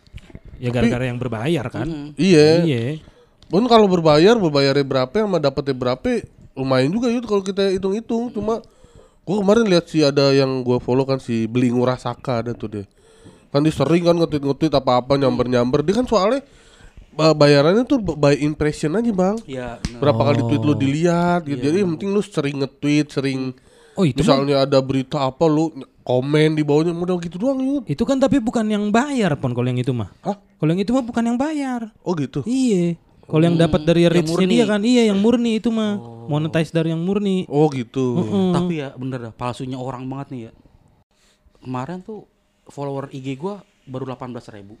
Speaker 3: Ya gara-gara yang berbayar kan.
Speaker 2: Iya.
Speaker 3: Iya.
Speaker 2: Pun kalau berbayarnya berapa sama dapetnya berapa lumayan juga Yud kalau kita hitung-hitung. Cuma gua kemarin lihat sih ada yang gua follow kan si Beli Ngurah Saka ada tuh dia. Kan dia sering kan nge-tweet apa-apa nyamber-nyamber. Dia kan soalnya bayarannya tuh by impression aja bang.
Speaker 1: Iya.
Speaker 2: Berapa kali tweet lu dilihat gitu. Jadi yang penting lu sering nge-tweet, sering
Speaker 3: Oh itu mah,
Speaker 2: misalnya ada berita apa lu komen di bawahnya modal gitu doang Yud.
Speaker 3: itu kan tapi bukan yang bayar pon kalau yang itu mah.
Speaker 2: Hah?
Speaker 3: Kalau yang itu mah bukan yang bayar.
Speaker 2: Oh gitu.
Speaker 3: Iya. Kalau yang dapat dari reach-nya
Speaker 1: murni.
Speaker 3: dia kan iya yang murni itu mah. Monetize dari yang murni.
Speaker 2: Oh gitu.
Speaker 1: Tapi ya bener dah, palsunya orang banget nih ya. Kemarin tuh follower IG gua baru 18.000.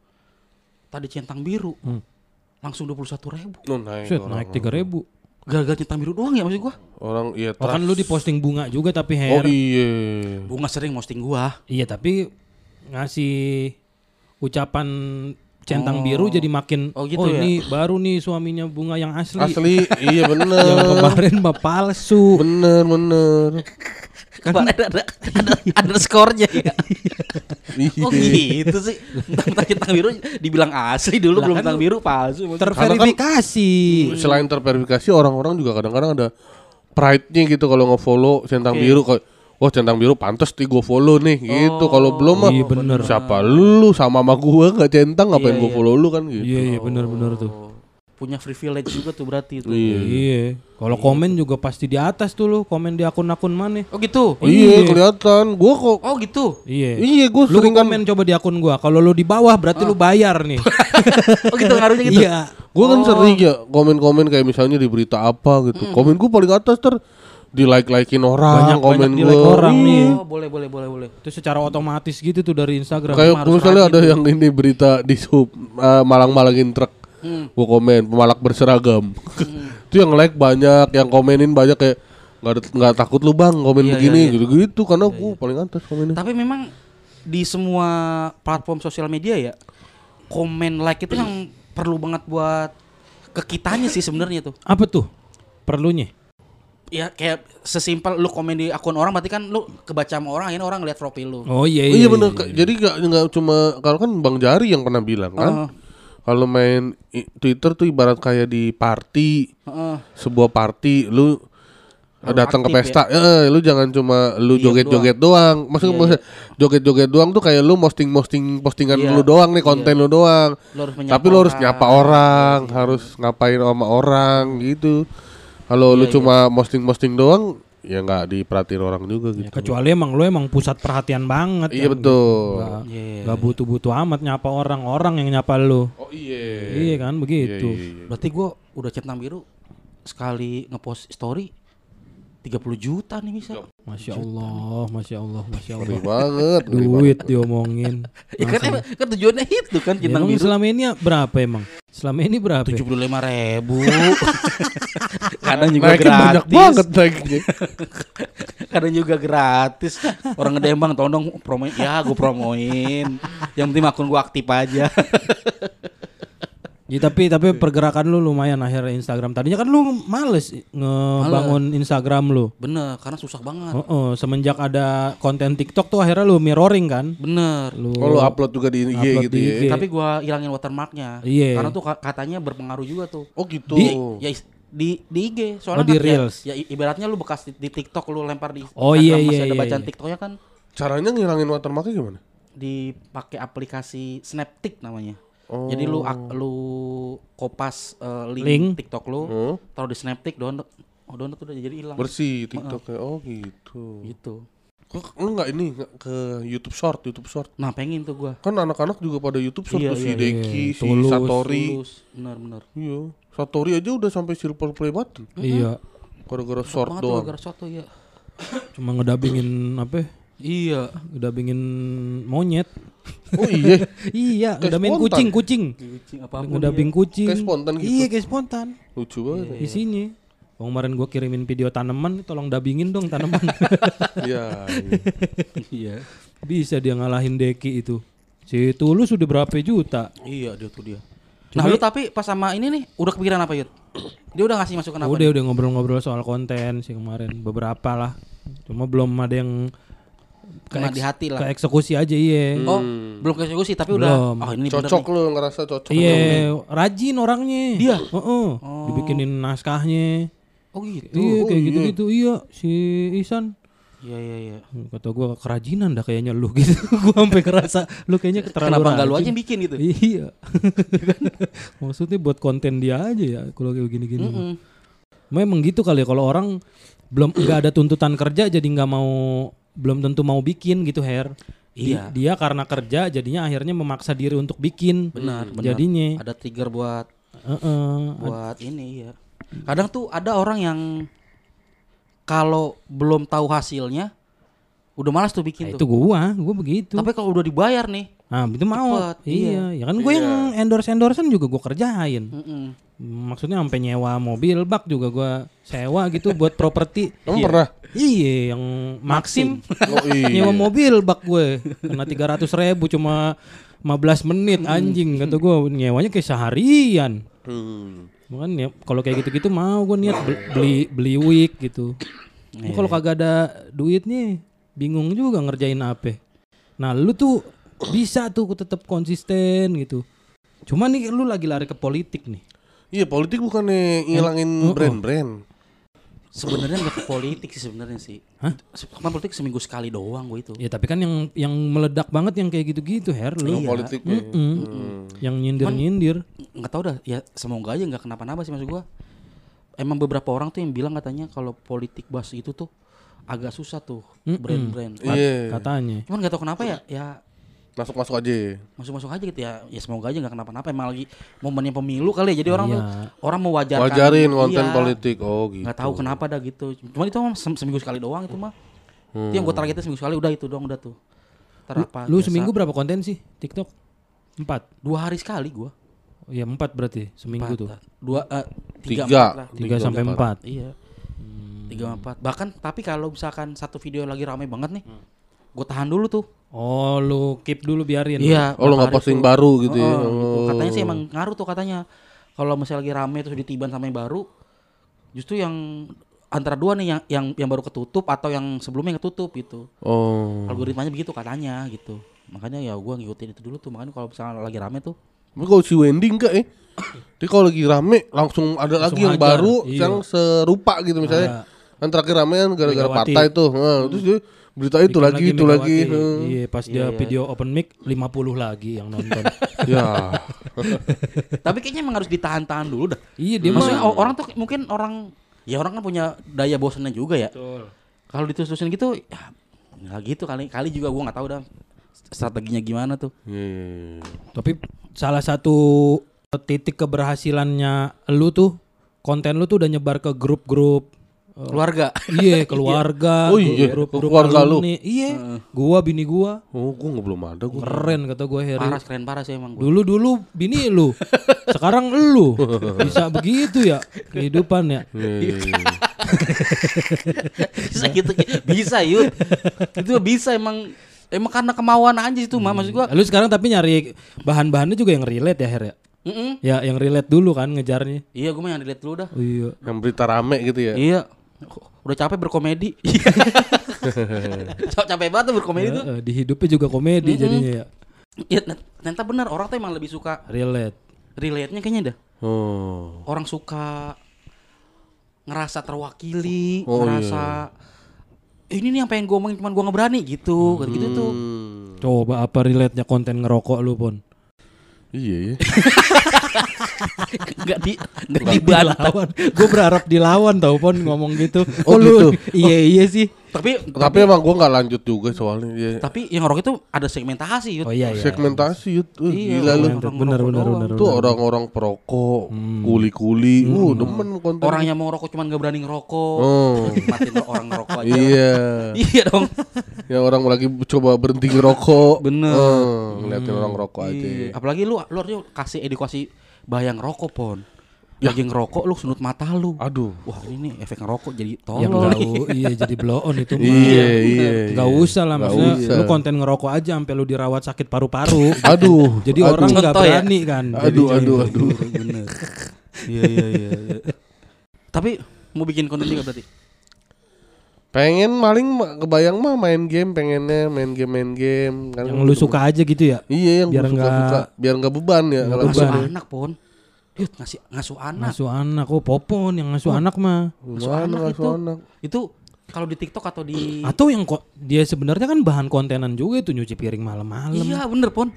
Speaker 1: Tadi centang biru langsung 21.000.
Speaker 2: Oh, naik,
Speaker 3: Set, naik 3.000.
Speaker 1: Gara-gara centang biru doang ya maksud gua.
Speaker 2: Orang iya
Speaker 3: Oh kan lu di posting bunga juga tapi
Speaker 2: Oh
Speaker 3: hair.
Speaker 2: iya.
Speaker 1: Bunga sering posting gua.
Speaker 3: Iya tapi ngasih ucapan centang biru jadi makin
Speaker 1: Oh, gitu ya?
Speaker 3: ini baru nih suaminya bunga yang asli.
Speaker 2: Asli iya
Speaker 3: Yang
Speaker 2: bener.
Speaker 3: kemarin mah palsu.
Speaker 2: Bener.
Speaker 1: Kemarin ada skornya ya.
Speaker 2: Iya.
Speaker 1: Oh gitu sih. Tentang centang biru dibilang asli dulu,
Speaker 3: Lah
Speaker 1: belum
Speaker 3: kan
Speaker 1: centang biru palsu.
Speaker 3: Terverifikasi.
Speaker 2: Selain terverifikasi orang-orang juga kadang-kadang ada pride-nya gitu kalau nge-follow centang biru kayak wah centang biru pantas nih gue follow nih gitu. Kalau belum mah
Speaker 3: Iya, bener.
Speaker 2: siapa lu sama gua enggak centang ngapain gua follow lu kan gitu.
Speaker 3: Iya benar-benar tuh.
Speaker 1: Punya privilege juga tuh berarti itu.
Speaker 3: Iya. Kalau komen juga pasti di atas tuh lu, komen di akun-akun mana.
Speaker 1: Oh gitu.
Speaker 2: Iya kelihatan. Gua kok
Speaker 1: Oh gitu.
Speaker 3: Iya.
Speaker 2: iya gua
Speaker 3: Lu
Speaker 2: sering kan
Speaker 3: komen coba di akun gua. Kalau lu di bawah berarti lu bayar nih.
Speaker 1: Oh gitu ngaruhnya gitu.
Speaker 3: Iya.
Speaker 2: gua kan sering ya komen-komen kayak misalnya di berita apa gitu. Komen gua paling atas di like-likein orang, komen
Speaker 3: Banyak di like
Speaker 2: gua.
Speaker 3: orang nih.
Speaker 1: Oh boleh.
Speaker 3: Itu secara otomatis gitu tuh dari Instagram.
Speaker 2: Kayak misalnya ada yang ini berita di malang-malangin truk. Gua komen pemalak berseragam. Itu yang like banyak, yang komenin banyak kayak nggak takut lu bang komen begini gitu-gitu karena gua paling atas komennya.
Speaker 1: Tapi memang di semua platform sosial media ya, komen like itu yang perlu banget buat ke kitanya sih sebenarnya tuh.
Speaker 3: Apa tuh? Perlunya?
Speaker 1: Ya kayak sesimpel lu komen di akun orang berarti kan lu kebaca sama orang, akhirnya orang ngeliat profil lu.
Speaker 3: Oh iya
Speaker 2: Iya bener. Jadi nggak cuma kalau kan Bang Jari yang pernah bilang kan. Kalau main Twitter tuh ibarat kayak di party, sebuah party, lu datang ke
Speaker 1: aktif
Speaker 2: pesta, lu jangan cuma lu
Speaker 1: Diem
Speaker 2: joget-joget doang. Maksudnya joget-joget doang tuh kayak lu postingan lu doang nih, konten lu doang. Tapi lu harus nyapa orang, harus ngapain sama orang gitu. Kalau lu cuma posting doang, ya nggak diperhatiin orang juga gitu.
Speaker 3: Ya, kecuali lu emang pusat perhatian banget.
Speaker 2: Iya betul.
Speaker 3: Gak butuh-butuh amat nyapa orang yang nyapa lu.
Speaker 2: Oh iya.
Speaker 3: Iya kan begitu.
Speaker 2: Iya.
Speaker 1: Berarti gue udah centang biru sekali ngepost story 30 juta nih bisa.
Speaker 3: Masya Allah.
Speaker 2: Ngeri banget.
Speaker 3: Duit diomongin.
Speaker 1: Ya kan tujuannya itu kan
Speaker 3: Ya,
Speaker 1: centang
Speaker 3: emang
Speaker 1: biru.
Speaker 3: selama ini berapa emang? Selama ini berapa?
Speaker 1: 75.000. Kadang juga
Speaker 2: Naikin banyak
Speaker 1: gratis.
Speaker 2: banget naiknya.
Speaker 1: Kadang juga gratis. Orang ngedembang tolong dong promoin. Ya gue promoin. Yang penting akun gue aktif aja.
Speaker 3: Ya, tapi pergerakan lu lumayan akhirnya Instagram. Tadinya kan lu males ngebangun Instagram lu.
Speaker 1: Bener, karena susah banget.
Speaker 3: Semenjak ada konten TikTok tuh akhirnya lu mirroring kan.
Speaker 1: Bener.
Speaker 3: Lu
Speaker 2: Kalau upload juga di IG
Speaker 3: upload
Speaker 2: gitu
Speaker 3: di
Speaker 2: ya.
Speaker 3: IG.
Speaker 1: Tapi gue hilangin watermarknya.
Speaker 3: Iya.
Speaker 1: Karena tuh katanya berpengaruh juga tuh.
Speaker 2: Oh gitu.
Speaker 1: di IG soalnya
Speaker 3: di
Speaker 1: kan
Speaker 3: Reels.
Speaker 1: ya ibaratnya lu bekas di TikTok lu lempar di
Speaker 3: Oh,
Speaker 1: Instagram,
Speaker 3: iya,
Speaker 1: masih
Speaker 3: iya,
Speaker 1: ada
Speaker 3: iya,
Speaker 1: bacaan
Speaker 3: iya.
Speaker 1: TikToknya kan
Speaker 2: Caranya ngilangin watermarknya gimana?
Speaker 1: dipakai aplikasi Snaptik namanya.
Speaker 2: Oh.
Speaker 1: Jadi lu kopas link
Speaker 3: Link.
Speaker 1: TikTok lu, taruh di Snaptik, download udah jadi hilang.
Speaker 2: Bersih TikToknya. Oh gitu.
Speaker 1: Gitu.
Speaker 2: Kok lu nggak ke YouTube Short?
Speaker 1: Nah, pengen tuh gua.
Speaker 2: Kan anak-anak juga pada YouTube Short
Speaker 1: Iya,
Speaker 2: tuh, si
Speaker 1: iya,
Speaker 2: Deki, si
Speaker 3: Tulus,
Speaker 2: Satori.
Speaker 1: Benar.
Speaker 2: Iya. Satori aja udah sampai silver play button.
Speaker 3: Iya.
Speaker 2: Gara-gara short
Speaker 1: Banget tuh
Speaker 2: doang.
Speaker 1: gara-gara short tuh ya.
Speaker 3: Cuma ngedabingin apa?
Speaker 1: Iya.
Speaker 3: Ngedabingin monyet.
Speaker 2: Oh iya.
Speaker 3: Iya,
Speaker 2: Kayak
Speaker 3: ngedabingin
Speaker 2: spontan.
Speaker 3: kucing.
Speaker 1: Apapun.
Speaker 3: Ngedabing kucing.
Speaker 2: Kayak spontan gitu.
Speaker 3: Iya, kayak spontan.
Speaker 2: Lucu banget.
Speaker 3: Isinya. Kemarin gua kirimin video tanaman, tolong dabingin dong tanaman.
Speaker 2: Iya.
Speaker 1: Iya.
Speaker 3: Bisa dia ngalahin Deki itu. Si Tulus udah berapa juta?
Speaker 1: Iya, dia tuh dia.
Speaker 3: Cuma-
Speaker 1: Nah, lu tapi pas sama ini nih udah kepikiran apa, Yud? Dia udah ngasih masukan apa?
Speaker 3: Udah ngobrol-ngobrol soal konten sih kemarin, beberapa lah. Cuma belum ada yang
Speaker 1: Kena di hati lah.
Speaker 3: ke eksekusi aja iya.
Speaker 1: Oh, belum ke eksekusi tapi
Speaker 3: Belum.
Speaker 1: udah. Oh, ini
Speaker 2: Cocok
Speaker 1: bener nih.
Speaker 2: lu ngerasa cocok.
Speaker 3: Iya, rajin orangnya.
Speaker 1: Dia?
Speaker 3: Heeh. Dibikinin naskahnya.
Speaker 1: Oh gitu.
Speaker 3: Iya, kayak gitu-gitu. Iya, si Ihsan.
Speaker 1: Iya.
Speaker 3: Kata gua kerajinan dah kayaknya lu gitu. Gua sampai ngerasa lu kayaknya terlalu
Speaker 1: Kenapa enggak lu
Speaker 3: rajin.
Speaker 1: aja yang bikin gitu?
Speaker 3: Iya. Maksudnya buat konten dia aja ya kalau kayak gini-gini. Memang gitu kali ya, kalau orang belum nggak ada tuntutan kerja jadi nggak mau, belum tentu mau bikin gitu Her.
Speaker 1: Iya.
Speaker 3: Dia karena kerja jadinya akhirnya memaksa diri untuk bikin.
Speaker 1: Benar.
Speaker 3: Jadinya.
Speaker 1: Ada trigger buat
Speaker 3: Heeh.
Speaker 1: ini ya. Kadang tuh ada orang yang kalau belum tahu hasilnya udah malas tuh bikin
Speaker 3: Itu
Speaker 1: tuh.
Speaker 3: gua begitu.
Speaker 1: Tapi kalau udah dibayar nih,
Speaker 3: Nah, itu mau.
Speaker 1: cepet,
Speaker 3: Iya, ya kan gue yang endorse-endorsean juga gue kerjain.
Speaker 1: mm-mm.
Speaker 3: Maksudnya sampai nyewa mobil bak juga gue sewa gitu buat properti.
Speaker 2: Kamu pernah?
Speaker 3: Iya, yang Maxim.
Speaker 2: Oh iya.
Speaker 3: Nyewa mobil bak gue kena 300.000 cuma 15 menit anjing kata gue, nyewanya kayak seharian. Makanya kalau kayak gitu-gitu mau gue niat beli wig gitu. Kalau kagak ada duitnya bingung juga ngerjain apa. Nah, lu tuh bisa tuh tetap konsisten gitu. Cuma nih lu lagi lari ke politik nih.
Speaker 2: Iya, politik bukannya ngilangin brand-brand.
Speaker 1: Sebenarnya nggak ke politik sih sebenarnya sih.
Speaker 3: Hah?
Speaker 1: Kan politik seminggu sekali doang gue itu.
Speaker 3: Ya tapi kan yang meledak banget yang kayak gitu-gitu Her lu.
Speaker 2: Yang politiknya.
Speaker 3: Yang nyindir-nyindir.
Speaker 1: Nggak tahu dah. Ya semoga aja nggak kenapa-napa sih maksud gue. Emang beberapa orang tuh yang bilang katanya kalau politik bahas itu tuh agak susah tuh brand-brand.
Speaker 2: Iya.
Speaker 3: Katanya.
Speaker 1: Cuman nggak tahu kenapa ya. Ya
Speaker 2: Masuk-masuk aja.
Speaker 1: masuk-masuk aja gitu ya. Ya semoga aja nggak kenapa-napa. Emang lagi momennya pemilu kali ya. Jadi orang
Speaker 3: Iya.
Speaker 1: tuh orang mewajarkan.
Speaker 2: Wajarin konten
Speaker 1: iya.
Speaker 2: politik. Oh gitu.
Speaker 1: Nggak tahu kenapa dah gitu. Cuma itu mah seminggu sekali doang itu mah. Itu yang gue targetnya seminggu sekali udah itu doang udah tuh. Ntar apa?
Speaker 3: Lu
Speaker 1: biasa.
Speaker 3: seminggu berapa konten sih TikTok? 4.
Speaker 1: 2 hari sekali gue.
Speaker 3: Oh iya 4 berarti seminggu tuh.
Speaker 1: 3
Speaker 2: Tiga.
Speaker 3: 3 sampai 4.
Speaker 1: Iya. 3 4. Bahkan tapi kalau misalkan satu video lagi rame banget nih, gue tahan dulu tuh.
Speaker 3: Oh, lu keep dulu biarin.
Speaker 1: Iya.
Speaker 2: Oh, lu nggak
Speaker 1: berapa hari
Speaker 2: posting
Speaker 1: tuh.
Speaker 2: baru gitu ya?
Speaker 1: Gitu. Katanya sih emang ngaruh tuh katanya. Kalau misalnya lagi rame terus ditiban sama yang baru, justru yang antara dua nih yang baru ketutup atau yang sebelumnya ketutup gitu.
Speaker 2: Oh.
Speaker 1: Algoritmanya begitu katanya gitu. Makanya ya gue ngikutin itu dulu tuh. Makanya kalau misalnya lagi rame tuh,
Speaker 2: Tapi kalau si Wendy enggak Jadi kalau lagi rame langsung ada
Speaker 3: Langsung
Speaker 2: lagi yang
Speaker 3: hajar,
Speaker 2: baru
Speaker 3: iya.
Speaker 2: yang serupa gitu misalnya. Kan terakhir ramean gara-gara
Speaker 3: Megawati.
Speaker 2: partai tuh. Terus dia berita itu
Speaker 3: Bikin
Speaker 2: lagi itu lagi.
Speaker 3: Megawati. Iya, pas dia video open mic 50 lagi yang nonton.
Speaker 2: Ya.
Speaker 1: Tapi kayaknya emang harus ditahan-tahan dulu dah.
Speaker 3: Iya, dia
Speaker 1: Maksudnya
Speaker 3: mah.
Speaker 1: orang tuh mungkin orang kan punya daya bosannya juga ya.
Speaker 3: Betul.
Speaker 1: Kalau diterus-terusin gitu ya gitu kali juga gua nggak tahu dah strateginya gimana tuh.
Speaker 2: Iya.
Speaker 3: Tapi salah satu titik keberhasilannya lu tuh, konten lu tuh udah nyebar ke grup-grup
Speaker 1: Keluarga.
Speaker 3: iya, keluarga,
Speaker 2: Oh iya,
Speaker 3: grup-grup
Speaker 2: keluarga lu.
Speaker 3: alumni. Iya, gua bini gua.
Speaker 2: Oh, gua belum ada gua.
Speaker 3: Keren kata gua Heri.
Speaker 1: Keren parah sih emang gua.
Speaker 3: Dulu bini lu. Sekarang lu. Bisa begitu ya kehidupan ya.
Speaker 2: Iya.
Speaker 1: Bisa gitu. Bisa Yud. Itu bisa emang karena kemauan aja itu mah maksud gua.
Speaker 3: Lu sekarang tapi nyari bahan-bahannya juga yang relate ya Her ya. Ya yang relate dulu kan ngejarnya.
Speaker 1: Iya gua mah yang dilihat dulu dah.
Speaker 3: Oh iya.
Speaker 2: Yang berita rame gitu ya.
Speaker 1: Iya. Udah capek berkomedi. Capek banget tuh berkomedi tuh.
Speaker 3: Di hidupnya juga komedi jadinya ya.
Speaker 1: Iya, ternyata benar orang tuh emang lebih suka
Speaker 3: Relate.
Speaker 1: relate-nya kayaknya dah.
Speaker 2: Oh.
Speaker 1: Orang suka ngerasa terwakili,
Speaker 2: Oh,
Speaker 1: ngerasa ini nih yang pengen gue omongin cuman gue nggak berani gitu, gitu tuh.
Speaker 3: Coba apa relate-nya konten ngerokok lu Pon?
Speaker 2: Iya ya.
Speaker 1: Nggak dibantah.
Speaker 3: Gue berharap dilawan tau Pon ngomong gitu.
Speaker 2: Oh,
Speaker 3: lu
Speaker 2: gitu.
Speaker 3: iya sih.
Speaker 2: Tapi emang gua nggak lanjut juga soalnya. Iya.
Speaker 1: Tapi yang ngerokok itu ada segmentasi. Yud.
Speaker 3: Oh iya.
Speaker 2: Segmentasi itu
Speaker 1: Iya,
Speaker 2: gila lu.
Speaker 3: Bener.
Speaker 2: Itu orang-orang perokok, kuli-kuli. Demen konten.
Speaker 1: Orang yang mau ngerokok cuman nggak berani ngerokok.
Speaker 2: Oh.
Speaker 1: Nikmatin orang ngerokok aja.
Speaker 2: Iya.
Speaker 1: Iya dong.
Speaker 2: Ya orang lagi coba berhenti ngerokok.
Speaker 1: Bener.
Speaker 2: Ngeliatin orang ngerokok aja.
Speaker 1: Iya. Apalagi lu harusnya kasih edukasi bahaya ngerokok Pon. Lagi ngerokok lu sundut mata lu.
Speaker 2: Aduh.
Speaker 1: Wah ini nih efek ngerokok jadi
Speaker 3: Yang
Speaker 1: tolol.
Speaker 3: iya jadi blow on itu mah.
Speaker 2: Iya.
Speaker 3: Gak usah lah
Speaker 2: Nggak
Speaker 3: maksudnya
Speaker 2: usah.
Speaker 3: lu konten ngerokok aja sampai lu dirawat sakit paru-paru.
Speaker 2: Aduh.
Speaker 3: Jadi orang nggak
Speaker 1: Contoh ya?
Speaker 3: berani kan.
Speaker 2: Aduh.
Speaker 1: Bener. Iya. Tapi mau bikin konten juga berarti.
Speaker 2: Pengen maling kebayang mah main game, pengennya main game kan.
Speaker 3: Yang lu suka aja gitu ya.
Speaker 2: Iya, yang
Speaker 3: biar
Speaker 2: gua suka biar nggak beban ya kalau
Speaker 1: Ngasuh
Speaker 2: beban.
Speaker 1: anak Pon. Yud ngasuh anak.
Speaker 3: Ngasuh anak, oh Popon yang ngasuh anak mah.
Speaker 2: Ngasuh anak.
Speaker 1: Itu kalau di TikTok atau di
Speaker 3: Atau yang kok dia sebenarnya kan bahan kontenan juga itu nyuci piring malam-malam.
Speaker 1: Iya bener Pon.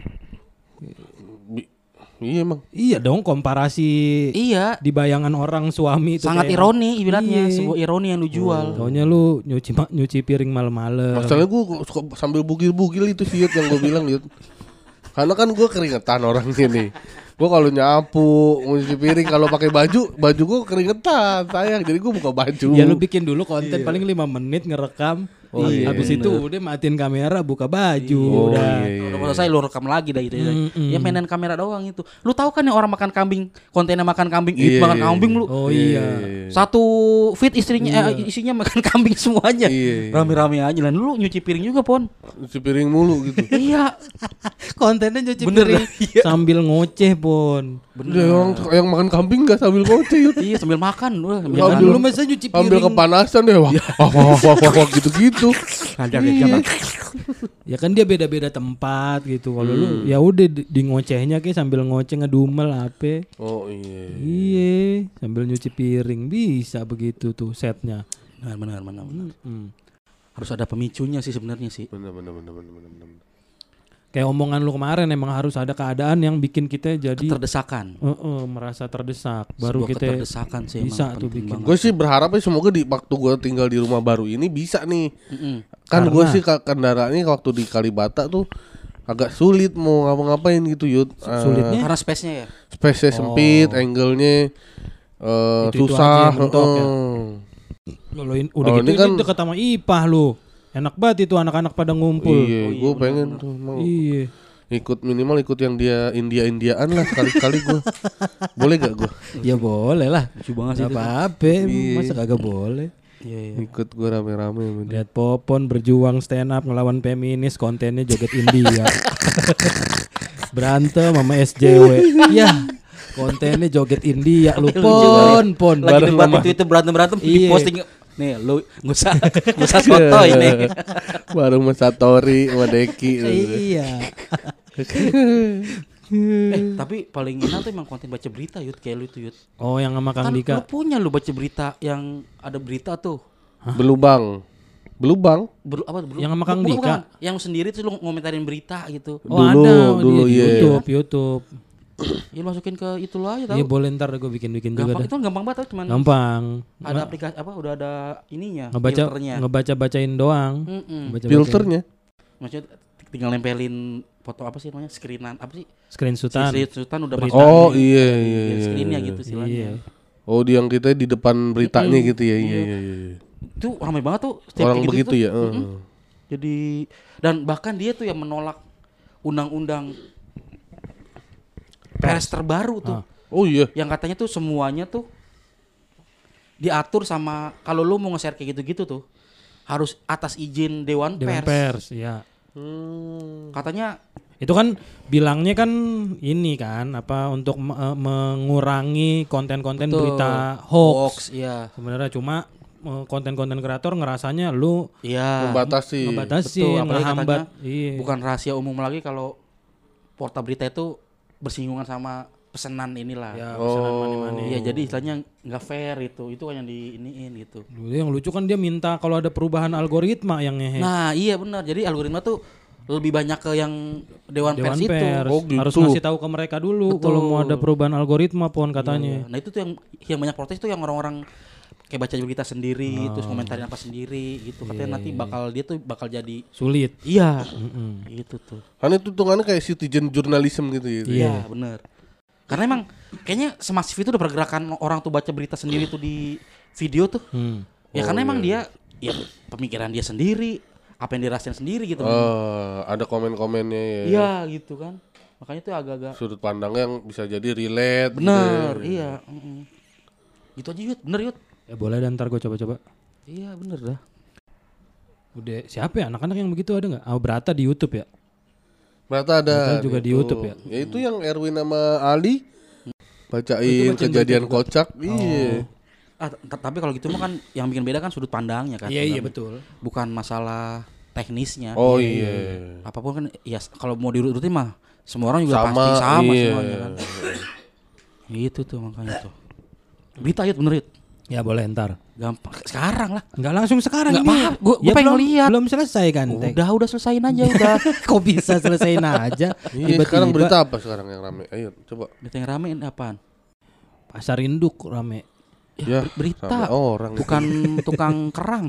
Speaker 2: Iya emang.
Speaker 3: Iya dong komparasi
Speaker 1: Iya.
Speaker 3: di bayangan orang suami itu
Speaker 1: Sangat
Speaker 3: kayak-
Speaker 1: ironi ibaratnya,
Speaker 3: Iya.
Speaker 1: sebuah ironi yang lu jual.
Speaker 3: Taunya lu nyuci piring malam-malam.
Speaker 2: Masalahnya gue suka sambil bugil-bugil itu sih Yud, yang gue bilang Yud. Karena kan gue keringetan orangnya nih. Gue kalau nyapu, nyuci piring, kalau pakai baju gue keringetan sayang. Jadi gue buka baju.
Speaker 3: Ya lu bikin dulu konten paling 5 menit ngerekam.
Speaker 2: Oh, iya,
Speaker 3: Habis itu udah matiin kamera, buka baju,
Speaker 2: Oh,
Speaker 3: udah.
Speaker 2: iya.
Speaker 1: Udah selesai lu rekam lagi dah itu. Ya mainan kamera doang itu. Lu tahu kan yang orang makan kambing, kontennya makan kambing,
Speaker 2: Iya,
Speaker 1: makan kambing lu.
Speaker 3: Oh iya.
Speaker 1: Satu feed isinya makan kambing semuanya.
Speaker 2: Iya.
Speaker 1: Rame-rame aja lah. Lu nyuci piring juga Pon.
Speaker 2: Nyuci piring mulu gitu.
Speaker 1: Iya.
Speaker 3: Kontennya nyuci
Speaker 1: Bener
Speaker 3: piring
Speaker 1: dah,
Speaker 3: sambil ngoceh Pon.
Speaker 2: Dia orang yang makan kambing gak sambil ngoceh Yud.
Speaker 1: Iya sambil makan. Sambil
Speaker 2: Nggak,
Speaker 1: makan.
Speaker 3: Dulu masa nyuci
Speaker 2: Ambil
Speaker 3: piring.
Speaker 2: kepanasan deh. Wah, gitu-gitu.
Speaker 3: Ya kan dia beda-beda tempat gitu. Kalau lu ya udah di ngocehnya kayak sambil ngoceh ngedumel apa.
Speaker 2: Oh iya.
Speaker 3: Iya, sambil nyuci piring bisa begitu tuh setnya.
Speaker 1: Benar. Harus ada pemicunya sih sebenarnya sih.
Speaker 2: Bener.
Speaker 3: Kayak omongan lu kemarin emang harus ada keadaan yang bikin kita jadi
Speaker 1: Terdesakan.
Speaker 3: merasa terdesak. Baru
Speaker 1: Sebuah
Speaker 3: kita
Speaker 1: keterdesakan sih
Speaker 3: bisa
Speaker 1: emang
Speaker 3: tuh
Speaker 1: penting
Speaker 3: bikin.
Speaker 1: banget.
Speaker 2: Gue sih berharapnya semoga di waktu gue tinggal di rumah baru ini bisa nih. Kan
Speaker 3: Karena-
Speaker 2: gue sih kendaraannya waktu di Kalibata tuh agak sulit mau ngapa-ngapain gitu Yud.
Speaker 3: Sulitnya?
Speaker 1: Karena space-nya ya.
Speaker 2: Space-nya sempit, angle-nya
Speaker 3: Itu-itu
Speaker 2: susah.
Speaker 3: aja yang mentok ya. Kalau udah
Speaker 2: Oh,
Speaker 3: gitu
Speaker 2: ini
Speaker 3: ini
Speaker 2: kan-
Speaker 3: dekat sama Ipah lu. Enak banget itu anak-anak pada ngumpul.
Speaker 2: Iya, gue pengen tuh mau
Speaker 3: Iya.
Speaker 2: ikut yang dia India-Indiaan lah sekali-kali gue. Boleh gak gue?
Speaker 3: Ya boleh lah.
Speaker 1: Lucu banget sih
Speaker 3: Gak
Speaker 1: itu.
Speaker 3: apa-apa, masa kagak boleh.
Speaker 1: Iya.
Speaker 2: Ikut gue rame-rame.
Speaker 3: Lihat Popon berjuang stand up ngelawan feminis, kontennya joget India. Berantem sama SJW. Ya, kontennya joget India lu Pon.
Speaker 1: Lagi
Speaker 2: Bareng
Speaker 1: debat
Speaker 2: sama-
Speaker 1: waktu itu berantem
Speaker 3: Iya.
Speaker 1: di posting. Nih lu nggak usah sotoy nih.
Speaker 2: Bareng sama Satori, sama Deki.
Speaker 3: Iya.
Speaker 1: Tapi paling enak tuh emang konten baca berita Yud kayak lu itu Yud.
Speaker 3: Oh, yang sama Kang
Speaker 1: Kan
Speaker 3: Dika.
Speaker 1: lu punya lu baca berita yang ada berita tuh.
Speaker 2: Belubang.
Speaker 3: Yang sama Kang Dika?
Speaker 1: Bukan. Yang sendiri tuh lu ngomentarin berita gitu.
Speaker 3: Oh ada
Speaker 2: dulu,
Speaker 3: di
Speaker 2: iya.
Speaker 3: YouTube.
Speaker 1: Ya masukin ke itu lo aja tahu.
Speaker 3: Iya boleh ntar gue bikin juga
Speaker 1: Gampang
Speaker 3: dah.
Speaker 1: itu gampang banget tau, cuman
Speaker 3: Gampang.
Speaker 1: ada aplikasi apa udah ada ininya, filternya.
Speaker 3: Ngebacain doang.
Speaker 2: Filternya.
Speaker 1: Maksudnya tinggal nempelin foto apa sih namanya? Screenan apa sih?
Speaker 3: Screenshotan.
Speaker 1: Screenshotan udah
Speaker 3: Berita.
Speaker 1: masuk.
Speaker 2: Oh iya.
Speaker 1: Screennya gitu istilahnya.
Speaker 3: Iya.
Speaker 2: Oh yang kita di depan beritanya gitu ya. Iya.
Speaker 1: Itu ramai banget tuh setiap
Speaker 2: Orang
Speaker 1: kayak
Speaker 2: begitu
Speaker 1: tuh.
Speaker 2: ya.
Speaker 1: Jadi dan bahkan dia tuh yang menolak undang-undang pers terbaru tuh.
Speaker 2: Oh iya.
Speaker 1: Yang katanya tuh semuanya tuh diatur sama kalau lu mau nge-share kayak gitu-gitu tuh harus atas izin Dewan Pers.
Speaker 3: Ya.
Speaker 1: Katanya
Speaker 3: Itu kan bilangnya kan ini kan apa untuk mengurangi konten-konten
Speaker 1: Betul.
Speaker 3: berita hoax.
Speaker 1: Iya.
Speaker 3: Sebenarnya cuma konten-konten kreator ngerasanya lu
Speaker 1: Iya.
Speaker 2: Membatasi.
Speaker 1: Betul, apalagi
Speaker 3: ngehambat.
Speaker 1: katanya
Speaker 3: Iya.
Speaker 1: bukan rahasia umum lagi kalau portal berita itu bersinggungan sama pesanan inilah.
Speaker 3: Ya, pesanan money-money.
Speaker 1: Iya, jadi istilahnya nggak fair itu kan yang diiniin gitu.
Speaker 3: Yang lucu kan dia minta kalau ada perubahan algoritma yang ngehe.
Speaker 1: Nah, iya benar. Jadi algoritma tuh lebih banyak ke yang Dewan Pers itu.
Speaker 2: Oh, gitu.
Speaker 3: Harus ngasih tahu ke mereka dulu
Speaker 1: Betul.
Speaker 3: kalau mau ada perubahan algoritma pon katanya.
Speaker 1: Iya. Nah, itu tuh yang banyak protes tuh yang orang-orang kayak baca berita sendiri, terus komentarin apa sendiri gitu. Katanya nanti bakal jadi
Speaker 3: Sulit.
Speaker 1: iya. Gitu tuh.
Speaker 2: Kan itu hitungannya kayak citizen journalism gitu ya.
Speaker 1: Iya, benar. Karena emang kayaknya semasif itu udah pergerakan orang tuh baca berita sendiri tuh di video tuh. Ya karena emang dia ya pemikiran dia sendiri, apa yang dirasain sendiri gitu.
Speaker 2: Ada komen-komennya ya.
Speaker 1: Iya gitu kan. Makanya tuh agak-agak
Speaker 2: Sudut pandangnya yang bisa jadi relate.
Speaker 1: bener,
Speaker 2: gitu ya.
Speaker 1: iya. Gitu aja Yud, bener Yud.
Speaker 3: Ya boleh dan ntar gue coba-coba.
Speaker 1: Iya bener dah.
Speaker 3: Udah siapa ya anak-anak yang begitu ada nggak? Brata di YouTube ya.
Speaker 2: Berarti ada
Speaker 3: Berarti juga di YouTube ya?
Speaker 2: Ya itu yang Erwin sama Ali bacain kejadian kocak. Iya.
Speaker 1: Tapi kalau gitu mah kan yang bikin beda kan sudut pandangnya kan.
Speaker 3: Iya betul.
Speaker 1: Bukan masalah teknisnya.
Speaker 2: Oh iya.
Speaker 1: Apapun kan ya kalau mau diurutin mah semua orang juga
Speaker 2: Sama,
Speaker 1: pasti sama
Speaker 2: iya.
Speaker 1: semuanya kan. Itu tuh makanya tuh. Berita Yud, bener Yud.
Speaker 3: Ya boleh ntar.
Speaker 1: Gampang sekarang lah.
Speaker 3: Nggak langsung sekarang
Speaker 1: Nggak
Speaker 3: ini.
Speaker 1: apa-apa, gua pengen ngeliat.
Speaker 3: Belum selesai kan. Tek?
Speaker 1: Udah selesaiin aja udah.
Speaker 3: Kok bisa selesaiin aja?
Speaker 2: Iya, sekarang berita apa sekarang yang rame? Ayo coba.
Speaker 1: Berita yang ramein apaan?
Speaker 3: Pasar induk rame.
Speaker 2: Ya,
Speaker 1: Berita.
Speaker 2: rame orang.
Speaker 1: Bukan tukang kerang.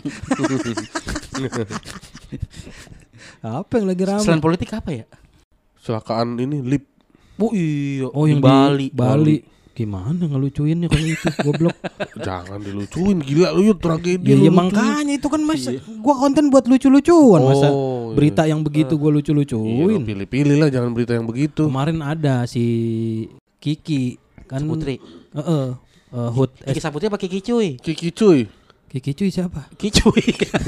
Speaker 3: Apa yang lagi rame?
Speaker 1: Selain politik apa ya?
Speaker 2: Kecelakaan ini lip.
Speaker 1: Oh iya.
Speaker 3: Oh yang
Speaker 1: di
Speaker 3: Bali. Gimana ngelucuinnya kalau itu goblok.
Speaker 2: Jangan dilucuin, gila lu Yud, tragedi
Speaker 3: Ya,
Speaker 2: lu
Speaker 3: ya
Speaker 2: lucuin.
Speaker 3: makanya itu kan mas gua konten buat lucu-lucuan masa
Speaker 2: Oh,
Speaker 3: berita yang begitu gua
Speaker 2: Iya, lu
Speaker 3: lucu-lucuin.
Speaker 2: pilih-pilih lah, jangan berita yang begitu.
Speaker 3: Kemarin ada si Kiki kan
Speaker 1: Saputri.
Speaker 3: Hut
Speaker 1: Kiki Saputri apa Kiki Cuy?
Speaker 2: Kiki cuy.
Speaker 3: Kiki cuy siapa?
Speaker 1: Kiki Cuy.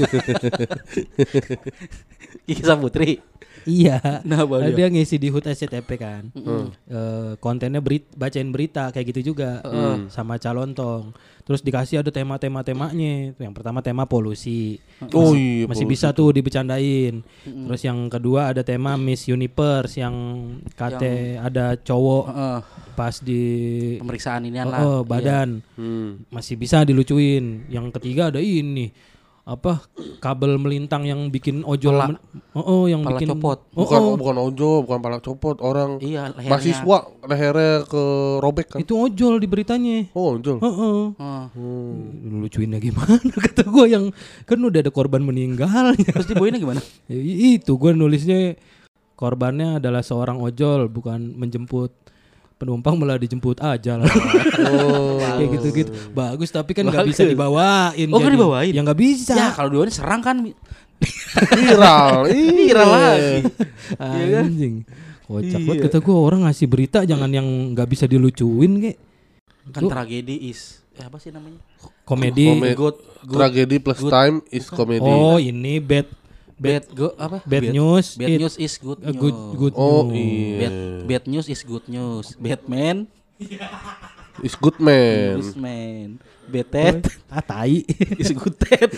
Speaker 1: Kiki Saputri.
Speaker 3: Iya.
Speaker 1: Nah, baru
Speaker 3: Dia ngisi di HUT SCTP kan. Kontennya bacain berita kayak gitu juga sama calon tong. Terus dikasih ada tema-temanya. Yang pertama tema polusi.
Speaker 2: Oh iya.
Speaker 3: Masih bisa tuh dibecandain. Terus yang kedua ada tema Miss Universe yang ada cowok pas di
Speaker 1: Pemeriksaan inian lah.
Speaker 3: badan. Masih bisa dilucuin. Yang ketiga ada ini kabel melintang yang bikin ojol yang
Speaker 1: Pala
Speaker 3: bikin
Speaker 1: copot.
Speaker 2: Bukan ojol, bukan pala copot, orang
Speaker 1: Iya, lehernya.
Speaker 2: mahasiswa lehernya ke robek kan.
Speaker 3: itu ojol di beritanya.
Speaker 2: Oh, ojol.
Speaker 3: Lucuinnya gimana kata gue yang kan udah ada korban meninggalnya.
Speaker 1: Terus dibawainnya gimana?
Speaker 3: Itu gue nulisnya korbannya adalah seorang ojol bukan menjemput penumpang, malah dijemput aja lah. Kayak gitu-gitu. Bagus tapi kan nggak bisa dibawain.
Speaker 1: Oh, nggak dibawain?
Speaker 3: Ya nggak bisa.
Speaker 1: Ya kalau dibawain serang kan.
Speaker 2: Viral.
Speaker 1: Viral lagi.
Speaker 3: Anjing. Kocak banget kata gue, orang ngasih berita jangan yang nggak bisa dilucuin kek.
Speaker 1: Kan tragedi is apa sih namanya?
Speaker 3: Komedi.
Speaker 1: Good.
Speaker 2: Tragedi plus time is comedy.
Speaker 3: Oh ini bad news.
Speaker 1: Bad news is good news.
Speaker 3: Good
Speaker 2: Oh
Speaker 3: news.
Speaker 2: iya.
Speaker 1: Bad news is good news. Batman
Speaker 2: Is good man.
Speaker 1: is man. Betet
Speaker 3: Tai.
Speaker 1: is good tet.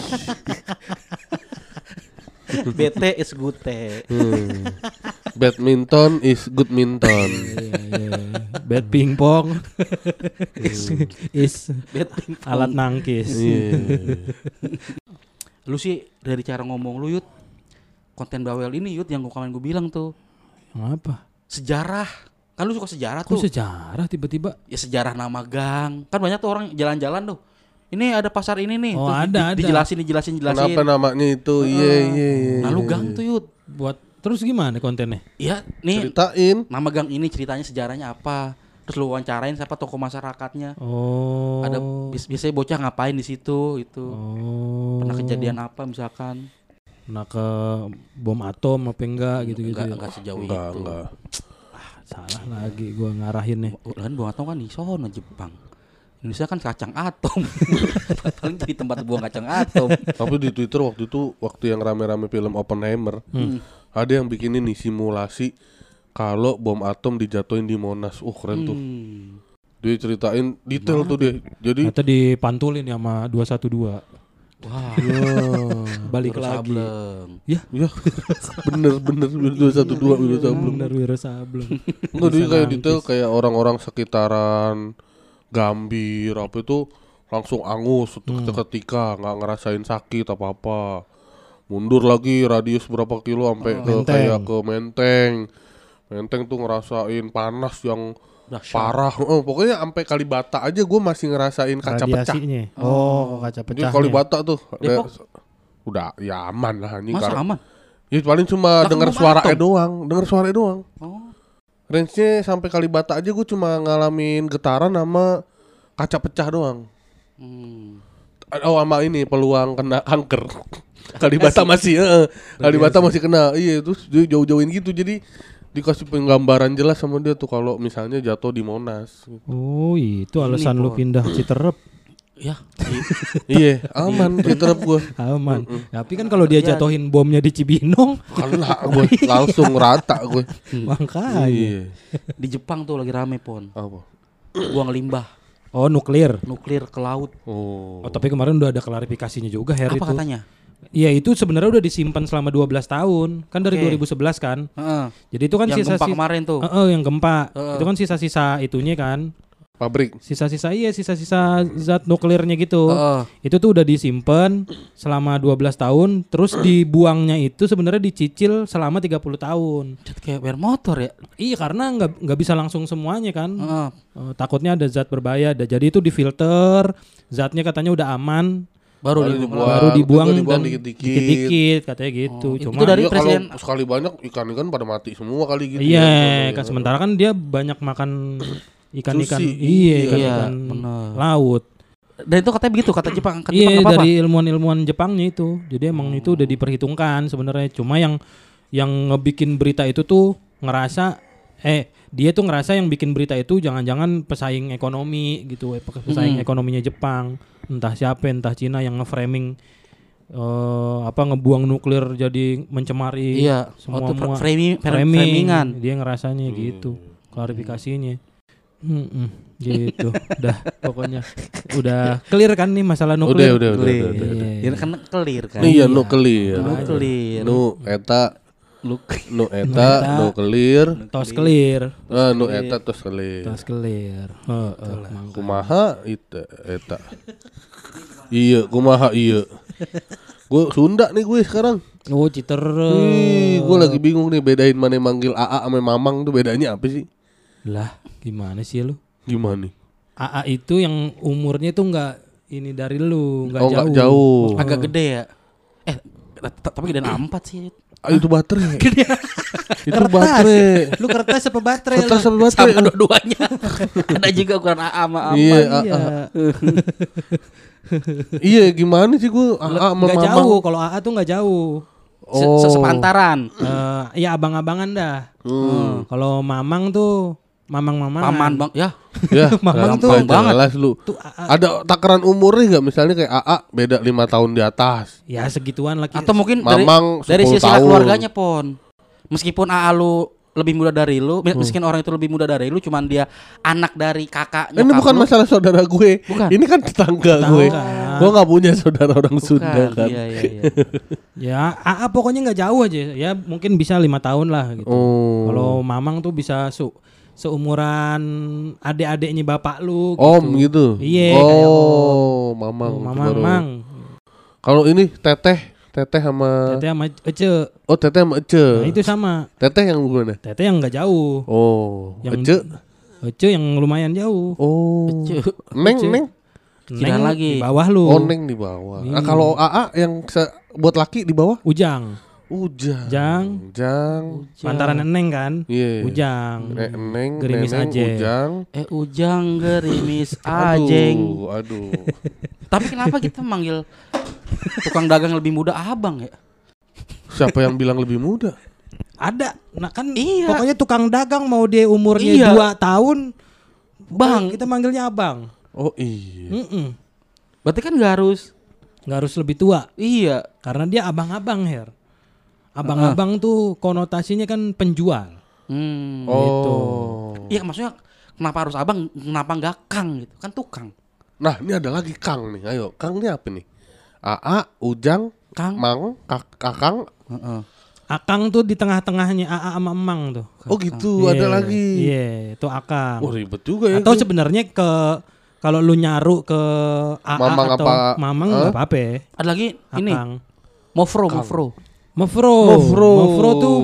Speaker 1: BT is good tet.
Speaker 2: Badminton is good minton.
Speaker 3: Iya. Bat pingpong. is
Speaker 1: Bet pingpong.
Speaker 3: alat nangkis.
Speaker 1: Lu sih dari cara ngomong lu Yud, konten bawel ini Yud yang kemarin gue bilang tuh.
Speaker 3: Apa?
Speaker 1: Sejarah. Kan lu suka sejarah
Speaker 3: Kok
Speaker 1: tuh.
Speaker 3: sejarah tiba-tiba?
Speaker 1: Ya sejarah nama gang. Kan banyak tuh orang jalan-jalan tuh. Ini ada pasar ini nih.
Speaker 3: Oh,
Speaker 1: Terus
Speaker 3: ada.
Speaker 1: dijelasin.
Speaker 2: Kenapa namanya itu? Iya.
Speaker 1: Nah lu gang tuh Yud.
Speaker 3: Buat terus gimana kontennya?
Speaker 1: Iya nih
Speaker 2: Ceritain.
Speaker 1: nama gang ini ceritanya sejarahnya apa. Terus lu wawancarain siapa tokoh masyarakatnya.
Speaker 3: Oh.
Speaker 1: Ada biasanya bocah ngapain di situ itu.
Speaker 3: Oh.
Speaker 1: Pernah kejadian apa misalkan.
Speaker 3: Pernah ke bom atom apa enggak gitu-gitu.
Speaker 1: Enggak sejauh itu.
Speaker 2: Enggak.
Speaker 3: Salah lagi gua ngarahin nih.
Speaker 1: Kan buang atom kan di sono Jepang. Indonesia kan kacang atom. Paling jadi tempat buang kacang atom.
Speaker 2: Tapi di Twitter waktu yang rame-rame film Oppenheimer, ada yang bikin ini simulasi kalau bom atom dijatuhin di Monas. Keren tuh. Dia ceritain detail tuh dia. Jadi
Speaker 3: Atau dipantulin ya sama 212.
Speaker 1: Wah.
Speaker 3: Balik lagi.
Speaker 2: ya bener 212
Speaker 3: Bener Wiro Sableng.
Speaker 2: Enggak, dia kayak detail kayak orang-orang sekitaran Gambir apa itu langsung angus seketika, nggak ngerasain sakit apa-apa. Mundur lagi radius berapa kilo sampai ke
Speaker 3: Menteng.
Speaker 2: kayak ke Menteng tuh ngerasain panas yang parah. Pokoknya sampai Kalibata aja gue masih ngerasain kaca pecah.
Speaker 3: Radiasinya. Oh, kaca
Speaker 2: Jadi
Speaker 3: pecah.
Speaker 2: Kalibata tuh
Speaker 1: Depok?
Speaker 2: udah ya aman lah anjing.
Speaker 1: Masa aman?
Speaker 2: Ya paling cuma
Speaker 1: Lah,
Speaker 2: dengar
Speaker 1: kan
Speaker 2: suara
Speaker 1: bom
Speaker 2: doang.
Speaker 1: Oh.
Speaker 2: Range-nya sampai Kalibata aja gue cuma ngalamin getaran sama kaca pecah doang. Sama ini peluang kena kanker. Kalibata masih Kalibata masih kena. Iya, terus dia jauh-jauhin gitu. Jadi dikasih penggambaran jelas sama dia tuh kalau misalnya jatuh di Monas.
Speaker 3: Oh, itu alasan lu
Speaker 1: Pon.
Speaker 3: pindah Citerep.
Speaker 1: Ya.
Speaker 2: Iya, aman Citerep gue.
Speaker 3: Aman. Tapi kan kalau dia jatuhin bomnya di Cibinong,
Speaker 2: Kena gue langsung rata gue.
Speaker 3: makanya.
Speaker 2: Iya.
Speaker 1: Di Jepang tuh lagi rame Pon.
Speaker 2: Apa?
Speaker 1: Buang limbah
Speaker 3: Oh, nuklir.
Speaker 1: nuklir ke laut.
Speaker 2: Oh.
Speaker 3: Oh, tapi kemarin udah ada klarifikasinya juga Harry
Speaker 1: Apa
Speaker 3: itu.
Speaker 1: katanya?
Speaker 3: Iya, itu sebenarnya udah disimpan selama 12 tahun. Kan dari
Speaker 1: Oke.
Speaker 3: 2011 kan.
Speaker 1: Heeh.
Speaker 3: Jadi itu kan
Speaker 1: Yang
Speaker 3: sisa-sisa
Speaker 1: gempa kemarin tuh.
Speaker 3: yang gempa.
Speaker 1: Heeh.
Speaker 3: Itu kan sisa-sisa itunya kan.
Speaker 2: Pabrik.
Speaker 3: Sisa-sisa zat nuklirnya gitu.
Speaker 1: Heeh.
Speaker 3: Itu tuh udah disimpan selama 12 tahun, terus dibuangnya itu sebenarnya dicicil selama 30 tahun.
Speaker 1: Jadi kayak bayar motor ya.
Speaker 3: Iya, karena nggak bisa langsung semuanya kan.
Speaker 1: Heeh.
Speaker 3: Takutnya ada zat berbahaya. Jadi itu difilter, zatnya katanya udah aman,
Speaker 1: Baru
Speaker 3: dibuang dan
Speaker 2: dikit-dikit.
Speaker 3: dikit-dikit katanya gitu.
Speaker 1: Oh, itu
Speaker 3: Cuma
Speaker 1: dari
Speaker 2: Iya, kalau
Speaker 1: presiden.
Speaker 2: sekali banyak ikan pada mati semua kali gitu.
Speaker 3: iya,
Speaker 2: ya.
Speaker 3: kan sementara kan dia banyak makan ikan-ikan,
Speaker 2: Sushi.
Speaker 3: ikan
Speaker 1: Iya,
Speaker 3: bener.
Speaker 1: bener.
Speaker 3: laut.
Speaker 1: Dan itu katanya begitu kata Jepang. Kata
Speaker 3: Iya,
Speaker 1: Jepang apa?
Speaker 3: dari ilmuwan-ilmuwan Jepangnya itu. Jadi emang itu udah diperhitungkan sebenarnya. Cuma yang ngebikin berita itu tuh ngerasa dia tuh ngerasa yang bikin berita itu jangan-jangan pesaing ekonomi gitu, pesaing ekonominya Jepang. Entah siapa, entah Cina yang nge-framing ngebuang nuklir jadi mencemari
Speaker 1: Iya,
Speaker 3: semua
Speaker 1: framingan.
Speaker 3: Dia ngerasanya gitu. Klarifikasinya. Gitu. Udah pokoknya udah clear kan nih masalah nuklir.
Speaker 2: Udah.
Speaker 1: Ya kan clear kan.
Speaker 2: Iya, nuklir.
Speaker 1: Nuklir.
Speaker 2: Nu eta
Speaker 3: Eta.
Speaker 2: nuklir.
Speaker 3: Tos clear.
Speaker 2: Nu eta tos clear.
Speaker 3: Tos clear.
Speaker 2: Kumaha eta. Iya, kumaha iya. Gue Sunda nih gue sekarang.
Speaker 3: Oh, Citerep.
Speaker 2: Gue lagi bingung nih bedain mana manggil AA sama Mamang tuh bedanya apa sih?
Speaker 3: Lah, gimana sih lu?
Speaker 2: Gimana nih?
Speaker 3: AA itu yang umurnya tuh enggak ini dari lu, enggak jauh.
Speaker 2: Enggak jauh.
Speaker 1: Agak gede ya. Tapi gedean A4 sih.
Speaker 2: Itu baterai. Itu baterai.
Speaker 3: Lu kertas apa baterai?
Speaker 2: Kertas sama
Speaker 1: Sama
Speaker 2: baterai.
Speaker 1: dua-duanya. Ada juga ukuran AA sama A4.
Speaker 2: Iya,
Speaker 3: Iya.
Speaker 2: Iya, gimana sih gue AA sama
Speaker 3: Enggak
Speaker 2: Mamang?
Speaker 3: jauh, kalau AA tuh enggak jauh.
Speaker 1: Sepantaran.
Speaker 3: Ya abang-abangan dah. Kalau Mamang tuh mamang-mamangan.
Speaker 1: Paman bang. Ya.
Speaker 2: Ya,
Speaker 3: Mamang tuh
Speaker 2: gampang
Speaker 1: banget.
Speaker 2: jelas lu.
Speaker 3: Tuh AA.
Speaker 2: Ada takaran umurnya nggak? Misalnya kayak AA beda 5 tahun di atas.
Speaker 3: Ya segituan lagi.
Speaker 1: Atau mungkin dari
Speaker 2: Mamang
Speaker 1: dari
Speaker 2: 10
Speaker 1: silsilah
Speaker 2: tahun.
Speaker 1: keluarganya Pon. Meskipun AA lu lebih muda dari lu, meskipun orang itu lebih muda dari lu, cuman dia anak dari kakak
Speaker 2: Ini
Speaker 1: nyokap
Speaker 2: bukan
Speaker 1: lu.
Speaker 2: masalah saudara gue.
Speaker 1: Bukan.
Speaker 2: Ini kan tetangga gue. Gue nggak punya saudara orang
Speaker 1: Bukan,
Speaker 2: Sunda kan.
Speaker 1: Iya.
Speaker 3: Ya AA pokoknya nggak jauh aja. Ya mungkin bisa 5 tahun lah gitu.
Speaker 2: Oh.
Speaker 3: Kalau Mamang tuh bisa seumuran adik-adiknya bapak lu
Speaker 2: Om gitu.
Speaker 3: Iya, kayak
Speaker 2: Oh, mamang. itu baru.
Speaker 3: mamang.
Speaker 2: Kalau ini teteh sama
Speaker 3: Teteh sama Ece.
Speaker 2: Oh, teteh sama Ece.
Speaker 3: Nah, itu sama.
Speaker 2: Teteh yang gimana?
Speaker 3: Teteh yang enggak jauh.
Speaker 2: Oh,
Speaker 3: Yang
Speaker 2: Ece.
Speaker 3: Ece yang lumayan jauh.
Speaker 2: Oh.
Speaker 1: Ece.
Speaker 2: Neng,
Speaker 3: Ece.
Speaker 2: Neng.
Speaker 1: Kira
Speaker 3: Neng
Speaker 1: lagi.
Speaker 3: di bawah lu.
Speaker 2: Oh, Neng di bawah.
Speaker 3: Iya.
Speaker 2: Nah, kalau AA yang buat laki di bawah?
Speaker 3: Ujang.
Speaker 2: Ujang.
Speaker 3: Jang. Pantaran Neng kan?
Speaker 2: Iya.
Speaker 3: Ujang.
Speaker 2: Neng,
Speaker 3: Gerimis
Speaker 2: Neneng,
Speaker 3: Ajeng.
Speaker 2: Ujang.
Speaker 1: Ujang gerimis ajeng.
Speaker 2: Aduh.
Speaker 1: Tapi kenapa kita manggil tukang dagang lebih muda abang ya?
Speaker 2: Siapa yang bilang lebih muda?
Speaker 3: Ada. Nah kan
Speaker 1: Iya.
Speaker 3: pokoknya tukang dagang mau dia umurnya
Speaker 1: Iya.
Speaker 3: 2 tahun.
Speaker 1: Bang.
Speaker 3: Kita manggilnya abang.
Speaker 2: Oh iya.
Speaker 1: Berarti kan nggak
Speaker 3: harus lebih tua.
Speaker 1: Iya.
Speaker 3: Karena dia abang-abang, Her. Abang-abang tuh konotasinya kan penjual.
Speaker 2: Oh.
Speaker 1: Iya, maksudnya kenapa harus abang, kenapa nggak kang gitu? Kan tukang.
Speaker 2: Nah, ini ada lagi Kang nih. Ayo, Kang ini apa nih? AA, Ujang,
Speaker 1: Kang.
Speaker 2: Mang, Kakang.
Speaker 1: Heeh.
Speaker 3: Akang tuh di tengah-tengahnya AA sama Emang tuh.
Speaker 2: Oh gitu, ada
Speaker 3: Iya,
Speaker 2: lagi.
Speaker 3: Iya, itu Akang.
Speaker 2: Oh ribet juga ya.
Speaker 3: Atau sebenarnya kalau lu nyaru ke AA
Speaker 2: Mamang
Speaker 3: atau
Speaker 2: apa?
Speaker 3: Mamang
Speaker 2: Hah?
Speaker 3: enggak apa-apa.
Speaker 1: Ada lagi ini
Speaker 3: Akang.
Speaker 1: Mofro.
Speaker 3: Mofro tuh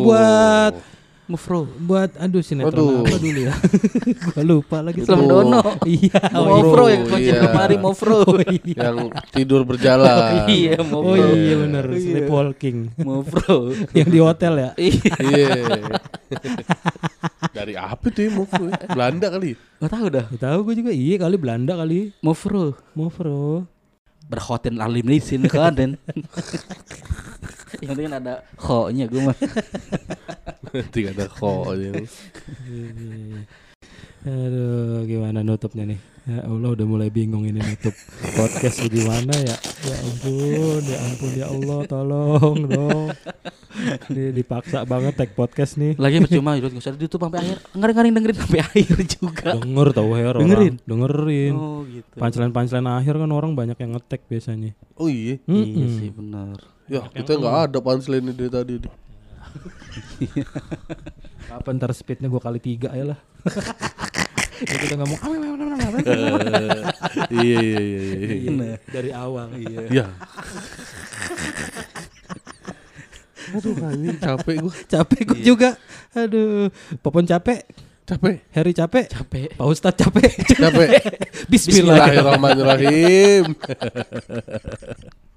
Speaker 3: buat aduh
Speaker 2: Aduh.
Speaker 3: sinetron apa dulu ya. Gua lupa lagi.
Speaker 1: Islam Dono.
Speaker 3: Iya.
Speaker 1: Mofro yang kunci
Speaker 2: iya.
Speaker 1: lemari Mofro.
Speaker 2: Yang tidur berjalan.
Speaker 1: Iya,
Speaker 3: Oh
Speaker 1: Mofro.
Speaker 3: iya benar, sleepwalking.
Speaker 1: Mofro.
Speaker 3: Yang di hotel ya.
Speaker 1: Iya.
Speaker 2: Iya. Dari apa tuh ya, Mofro? Belanda kali.
Speaker 1: Gak tahu dah.
Speaker 3: Gak tahu gue juga. Iya kali Belanda kali.
Speaker 1: Mofro.
Speaker 3: Berhotel
Speaker 1: Berhotel alim di sini kan dan. Yang penting ada kho-nya gue mah.
Speaker 2: Tidak ada kok.
Speaker 3: Aduh, gimana nutupnya nih? Ya Allah, udah mulai bingung ini nutup podcast gimana ya? Ya ampun ya Allah, tolong dong. Dipaksa banget tag podcast nih.
Speaker 1: Lagi percuma gak usah di YouTube sampai akhir. Ngaring dengerin sampai akhir juga.
Speaker 3: Denger tau Her orang. Dengerin.
Speaker 1: Oh gitu.
Speaker 3: Punchline akhir kan orang banyak yang nge-tag biasanya.
Speaker 2: Oh iya.
Speaker 1: Iya sih benar.
Speaker 2: Ya kita nggak ada punchline dari tadi.
Speaker 3: Kapan ntar speednya gue kali 3 ya lah. Ya kita ngomong
Speaker 2: Iya.
Speaker 3: dari awal.
Speaker 2: Iya. Aduh, ini capek gue.
Speaker 3: Capek gue juga. Aduh, Popon capek. Harry capek. Pak Ustadz capek.
Speaker 2: Capek.
Speaker 3: Bismillahirrahmanirrahim.
Speaker 2: Bismillahirrahmanirrahim.